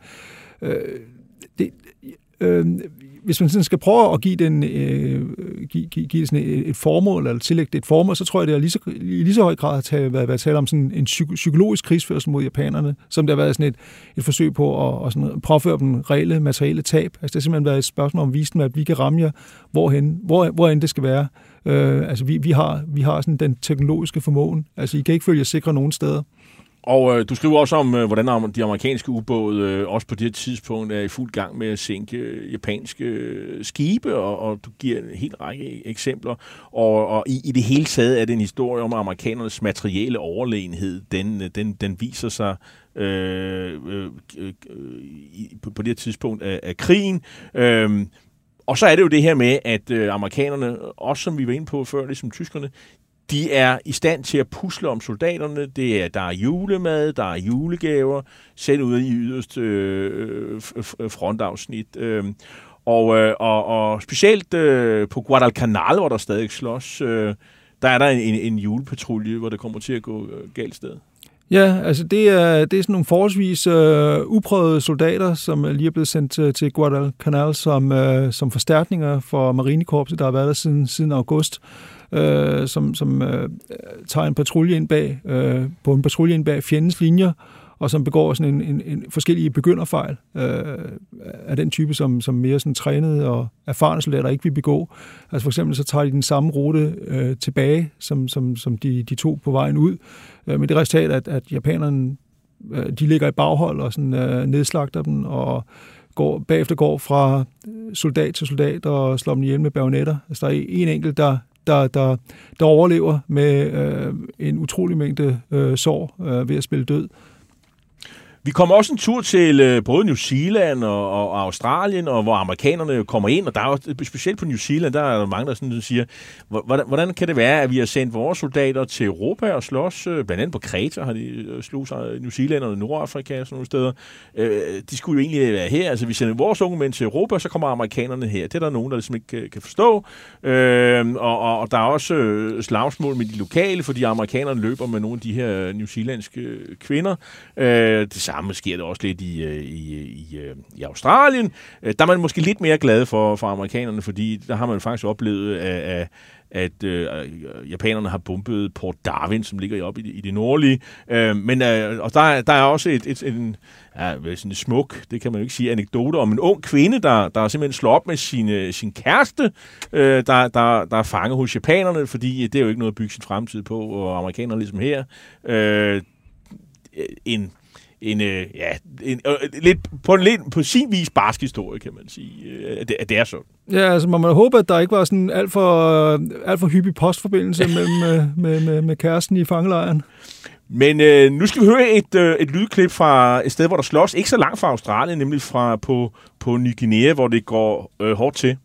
Hvis man sådan skal prøve at give den give sådan et formål, eller tillægge det et formål, så tror jeg, det er lige så høj grad at været tale om sådan en psykologisk krigsførsel mod japanerne, som der har været sådan et forsøg på at sådan påføre dem reelle materielle tab. Altså det har simpelthen været et spørgsmål om at vise dem, at vi kan ramme jer, hvorhen det skal være. Altså vi har sådan den teknologiske formåen. Altså I kan ikke følge jer sikre nogen steder. Og du skriver også om, hvordan de amerikanske ubåde også på det tidspunkt er i fuld gang med at sænke japanske skibe, og du giver en hel række eksempler. Og i det hele taget er det en historie om amerikanernes materielle overlegenhed. Den viser sig på det tidspunkt af krigen. Og så er det jo det her med, at amerikanerne, også som vi var inde på før, ligesom tyskerne, de er i stand til at pusle om soldaterne. Der er julemad, der er julegaver, selv ude i yderste frontafsnit. Og specielt på Guadalcanal, hvor der stadig slås, der er der en julepatrulje, hvor det kommer til at gå galt sted. Ja, altså det er sådan nogle forholdsvis uprøvede soldater, som lige er blevet sendt til Guadalcanal som forstærkninger for marinekorpset, der har været der siden august. Som tager en patrulje ind bag fjendens linjer, og som begår sådan en forskellige begynderfejl af den type, som mere sådan trænede og erfarne soldater ikke vil begå. Altså for eksempel så tager de den samme rute tilbage, som de tog på vejen ud, med det resultat, at japanerne de ligger i baghold og sådan nedslagter dem, og bagefter går fra soldat til soldat og slår dem ihjel med bajonetter. Altså der er en enkelt, der overlever med en utrolig mængde sår ved at spille død. Vi kommer også en tur til både New Zealand og Australien, og hvor amerikanerne kommer ind, og der er jo specielt på New Zealand, der er der mange, der sådan siger, hvordan kan det være, at vi har sendt vores soldater til Europa og slås, blandt andet på Kreta har de slået sig, New Zealand og Nordafrika og sådan nogle steder. De skulle jo egentlig være her, altså vi sender vores unge mænd til Europa, så kommer amerikanerne her. Det er der nogen, der ligesom ikke kan forstå. Og der er også slagsmål med de lokale, fordi amerikanerne løber med nogle af de her newzealandske kvinder. Det samme sker det også lidt i Australien. Der er man måske lidt mere glad for amerikanerne, fordi der har man faktisk oplevet, at japanerne har bombet Port Darwin, som ligger oppe i det nordlige. Og der er også sådan en smuk, det kan man jo ikke sige, anekdote om en ung kvinde, der simpelthen slår op med sin kæreste, der er fanget hos japanerne, fordi det er jo ikke noget at bygge sin fremtid på, og amerikanerne ligesom her. Lidt på sin vis barsk historie, kan man sige, at det er sådan. Ja, altså man må håbe, at der ikke var sådan alt for hyppig postforbindelse med kæresten i fangelejren. Men nu skal vi høre et lydklip fra et sted, hvor der slås ikke så langt fra Australien, nemlig på Ny Guinea, hvor det går hårdt til.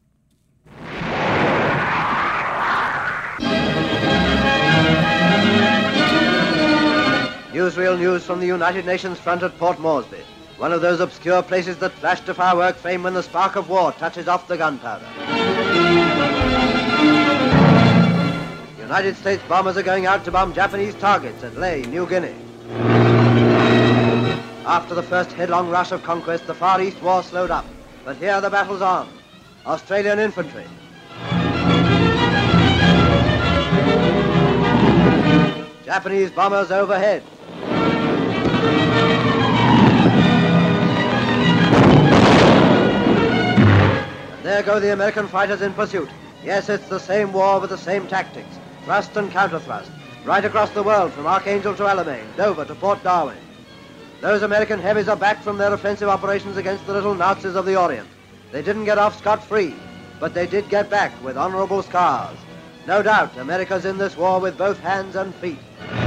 Newsreel news from the United Nations front at Port Moresby, one of those obscure places that flash to firework fame when the spark of war touches off the gunpowder. United States bombers are going out to bomb Japanese targets at Lae, New Guinea. After the first headlong rush of conquest, the Far East war slowed up. But here the battle's on. Australian infantry. Japanese bombers overhead. And there go the American fighters in pursuit. Yes, it's the same war with the same tactics. Thrust and counter-thrust. Right across the world, from Archangel to Alamein, Dover to Port Darwin. Those American heavies are back from their offensive operations against the little Nazis of the Orient. They didn't get off scot-free, but they did get back with honorable scars. No doubt, America's in this war with both hands and feet.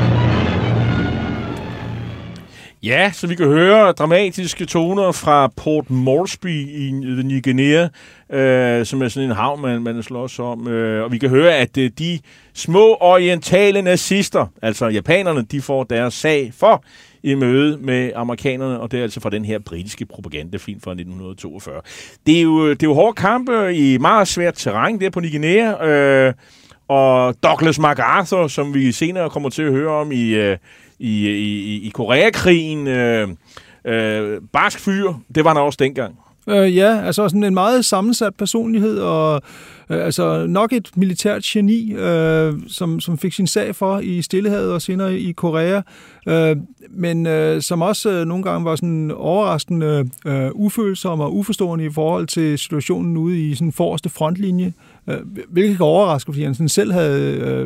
Ja, så vi kan høre dramatiske toner fra Port Moresby i Ny Guinea, som er sådan en havn, man slås om. Og vi kan høre, at de små orientale nazister, altså japanerne, de får deres sag for i møde med amerikanerne, og det er altså fra den her britiske propagandafilm fra 1942. Det er jo hårde kampe i meget svært terræn der på Ny Guinea, og Douglas MacArthur, som vi senere kommer til at høre om i Koreakrigen, barsk fyr, det var han også dengang. Ja, altså sådan en meget sammensat personlighed, og altså nok et militært geni, som fik sin sag for i Stillehavet og senere i Korea, men som også nogle gange var sådan overraskende ufølsom og uforstående i forhold til situationen ude i sådan forreste frontlinje, hvilket kan overraske, fordi han sådan selv havde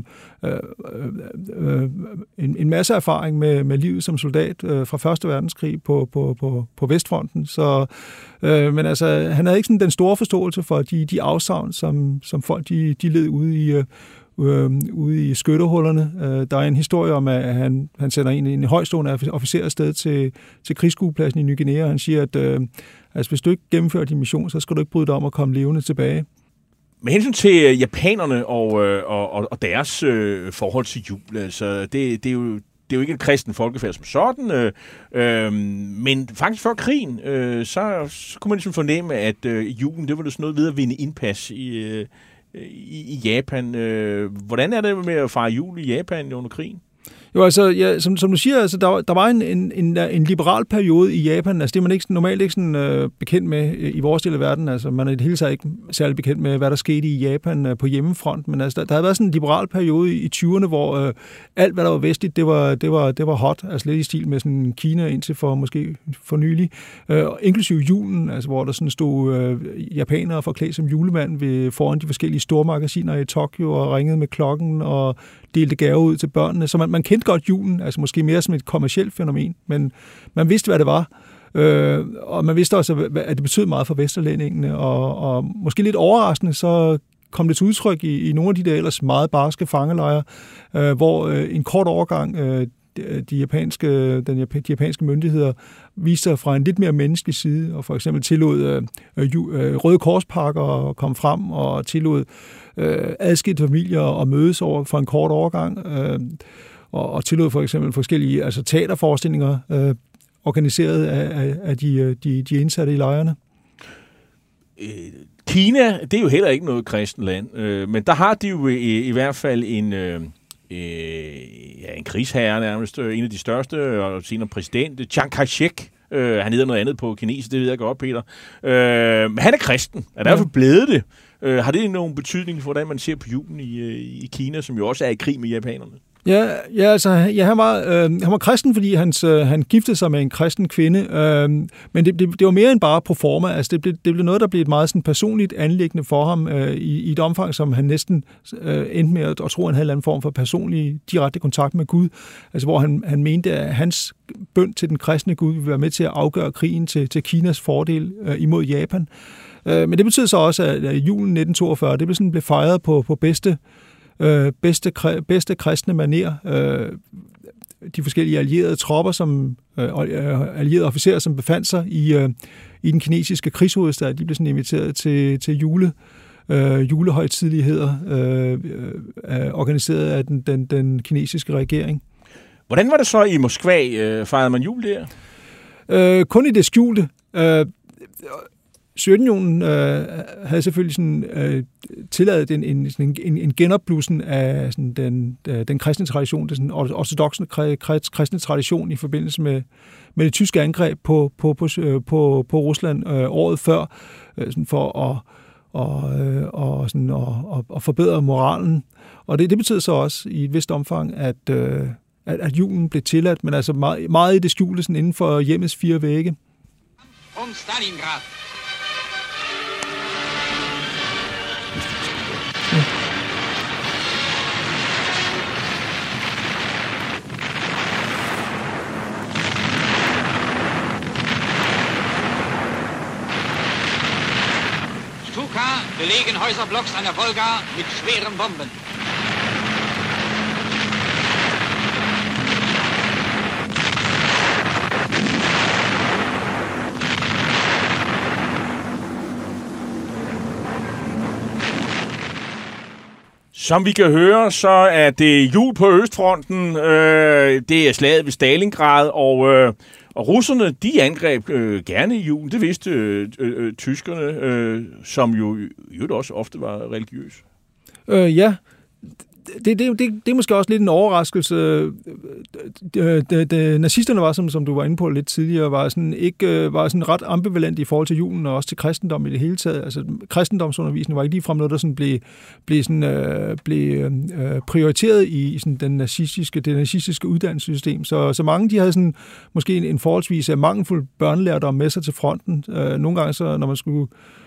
en masse erfaring med livet som soldat fra Første Verdenskrig på Vestfronten. Så, men altså, han havde ikke sådan den store forståelse for de afsavn, som folk de led ude i skytterhullerne. Der er en historie om, at han sender en højstående officer afsted til krigsskuepladsen i Ny Guinea, og han siger, at altså, hvis du ikke gennemfører din mission, så skal du ikke bryde dig om at komme levende tilbage. Med hensyn til japanerne og deres forhold til jul, altså, det er jo ikke en kristen folkefærd som sådan, men faktisk før krigen, så kunne man ligesom fornemme, at julen, det var sådan noget ved at vinde indpas i Japan. Hvordan er det med at fejre jul i Japan under krigen? Jo, altså, ja, som du siger, altså, der var en liberal periode i Japan, altså det er man ikke, normalt ikke sådan, bekendt med i vores del af verden, altså man er i det hele taget ikke særlig bekendt med, hvad der skete i Japan på hjemmefront, men altså, der havde været sådan en liberal periode i 20'erne, hvor alt, hvad der var vestligt, det var hot, altså lidt i stil med sådan Kina indtil for nylig, inklusive julen, altså hvor der sådan stod japanere forklædt som julemand foran de forskellige stormagasiner i Tokyo og ringede med klokken og delte gaver ud til børnene. Så man kendte godt julen, altså måske mere som et kommercielt fænomen, men man vidste, hvad det var. Og man vidste også, at det betød meget for vesterlændingene, og måske lidt overraskende, så kom det til udtryk i nogle af de der ellers meget barske fangelejre, hvor en kort overgang de japanske myndigheder viste sig fra en lidt mere menneskelig side, og for eksempel tillod Røde Korspakker at komme frem, og tillod adskilte familier at mødes over for en kort overgang, og tillod for eksempel forskellige altså teaterforestillinger organiseret af de indsatte i lejrene. Kina, det er jo heller ikke noget kristent land, men der har de jo i hvert fald en krigsherre nærmest, en af de største, og senere præsident, Chiang Kai-shek. Han hedder noget andet på kinesisk, det ved jeg godt, Peter. Han er kristen, er der i hvert fald blevet det. Har det nogen betydning for, hvordan man ser på julen i Kina, som jo også er i krig med japanerne? Ja, altså, han var kristen, fordi han giftede sig med en kristen kvinde, men det var mere end bare pro forma. Altså, det blev noget, der blev et meget sådan personligt anliggende for ham i et omfang, som han næsten endte med at tro, han havde en anden form for personlig direkte kontakt med Gud. Altså, hvor han mente, at hans bøn til den kristne Gud ville være med til at afgøre krigen til Kinas fordel imod Japan. Men det betød så også, at julen 1942, det blev fejret på bedste kristne manér. De forskellige allierede tropper, allierede officerer, som befandt sig i den kinesiske krigshovedstad, de blev sådan inviteret til julehøjtideligheder, organiseret af den kinesiske regering. Hvordan var det så i Moskva? Fejrede man jul der? Kun i det skjulte. Sovjetunionen havde selvfølgelig sådan, tilladet en genopblussen af sådan, den kristne tradition, den ortodokse kristne tradition i forbindelse med det tyske angreb på Rusland året før, sådan for at forbedre moralen. Og det betyder så også i et vist omfang, at julen blev tilladt, men altså meget i det skjulte sådan inden for hjemmets 4 vægge. Stalingrad. Stuka belegen Häuserblocks an der Wolga mit schweren Bomben. Som vi kan høre, så er det jul på Østfronten. Det er slaget ved Stalingrad, og russerne, de angreb gerne i julen. Det vidste tyskerne, som jo også ofte var religiøse. Ja. Det er måske også lidt en overraskelse. Nazisterne var, som du var inde på lidt tidligere, var sådan ret ambivalent i forhold til julen og også til kristendom i det hele taget. Altså kristendomsundervisningen var ikke ligefrem noget, der sådan blev prioriteret i sådan det nazistiske uddannelsessystem. Så mange de havde sådan måske en forholdsvis mangelfuld børnelærdom med sig til fronten. Nogle gange så når man skulle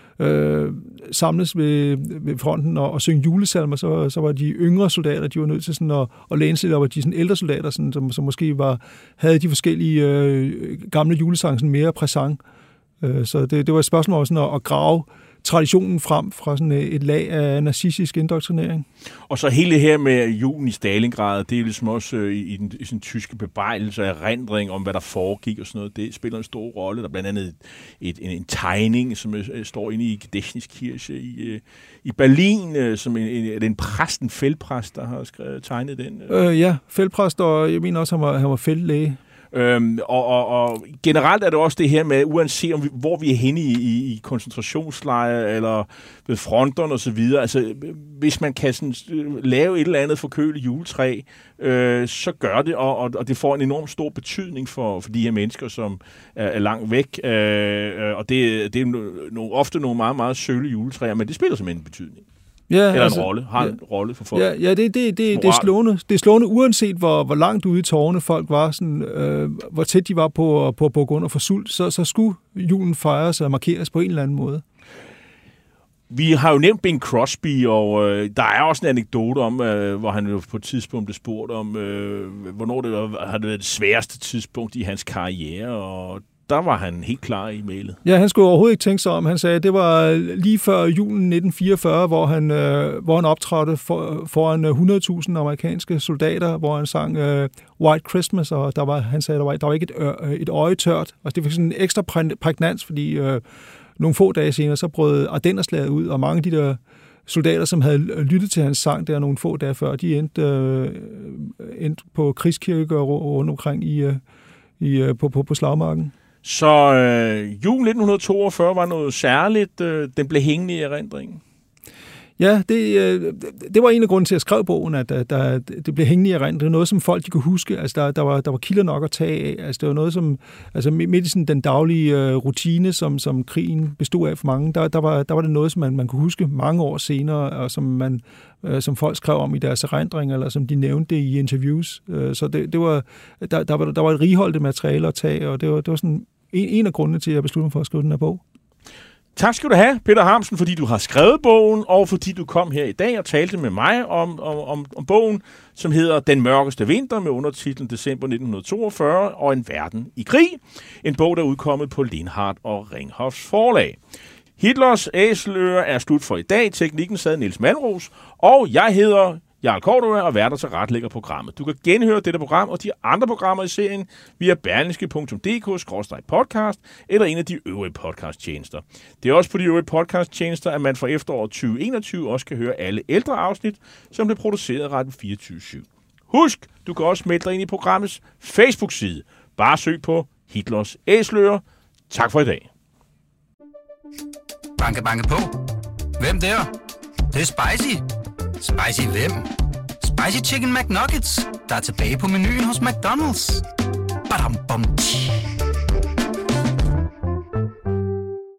samles ved fronten og synge julesalmer, så var de yngre soldater, de var nødt til sådan at læne sig over de sådan ældre soldater, sådan, som måske havde de forskellige gamle julesange sådan mere præsent. Så det var et spørgsmål om sådan at grave traditionen frem fra sådan et lag af nazistisk indoktrinering. Og så hele her med julen i Stalingrad, det er ligesom også i den tyske bebrejelse og erindring om, hvad der foregik og sådan noget. Det spiller en stor rolle. Der er blandt andet en tegning, som står inde i Gedächtniskirche i Berlin, som er det en præst, en feltpræst, der har tegnet den? Ja, feltpræst, og jeg mener også, han var feltlæge. Og generelt er det også det her med, uanset hvor vi er henne i koncentrationslejre eller ved fronterne og så videre, altså hvis man kan sådan, lave et eller andet forkølet juletræ, så gør det, og det får en enormt stor betydning for de her mennesker, som er langt væk, og det er ofte nogle meget, meget sølle juletræer, men det spiller simpelthen en betydning. Ja, eller en rolle, har en rolle for folk. Ja, det er slående. Det er slående, uanset hvor langt ude i tårne folk var, sådan, hvor tæt de var på at gå under for sult, så skulle julen fejres og markeres på en eller anden måde. Vi har jo nævnt Bing Crosby, og der er også en anekdote om, hvor han jo på et tidspunkt blev spurgt om, hvornår har det været det sværeste tidspunkt i hans karriere, og der var han helt klar i mailet. Ja, han skulle overhovedet ikke tænke sig om. Han sagde, at det var lige før julen 1944, hvor han optrådte foran 100.000 amerikanske soldater, hvor han sang White Christmas, og han sagde, at der var ikke et øje tørt. Og det var sådan en ekstra prægnans, fordi nogle få dage senere, så brød Ardennerslaget ud, og mange af de der soldater, som havde lyttet til hans sang der nogle få dage før, de endte på krigskirker rundt omkring på slagmarken. Så julen 1942 var noget særligt. Den blev hængende i erindringen. Ja, det var en af grunden til, at jeg skrev bogen, at det blev hængende i erindringen. Det var noget, som folk de kunne huske. Altså, der var kilder nok at tage af. Altså, det var noget, som altså, midt i sådan, den daglige rutine, som krigen bestod af for mange, der var det noget, som man kunne huske mange år senere, og som folk skrev om i deres erindringer, eller som de nævnte i interviews. Så der var et righoldigt materiale at tage, og det var sådan en af grundene til, at jeg besluttede mig for at skrive den her bog. Tak skal du have, Peter Harmsen, fordi du har skrevet bogen, og fordi du kom her i dag og talte med mig om bogen, som hedder Den mørkeste vinter, med undertitlen December 1942 og en verden i krig. En bog, der er udkommet på Lindhardt og Ringhofs forlag. Hitlers Æseløer er slut for i dag. Teknikken sad Niels Malmros, og jeg hedder Jarl Cordua og værter til retlægger programmet. Du kan genhøre dette program og de andre programmer i serien via berlingske.dk/podcast eller en af de øvrige podcasttjenester. Det er også på de øvrige podcasttjenester, at man fra efteråret 2021 også kan høre alle ældre afsnit, som blev produceret af Radio 24/7. Husk, du kan også melde dig ind i programmets Facebook-side. Bare søg på Hitlers Æseløer. Tak for i dag. Banke, banke på. Hvem der? Det er spicy. Spicy hvem? Spicy Chicken McNuggets, der er tilbage på menuen hos McDonald's. Badum, bom, tji.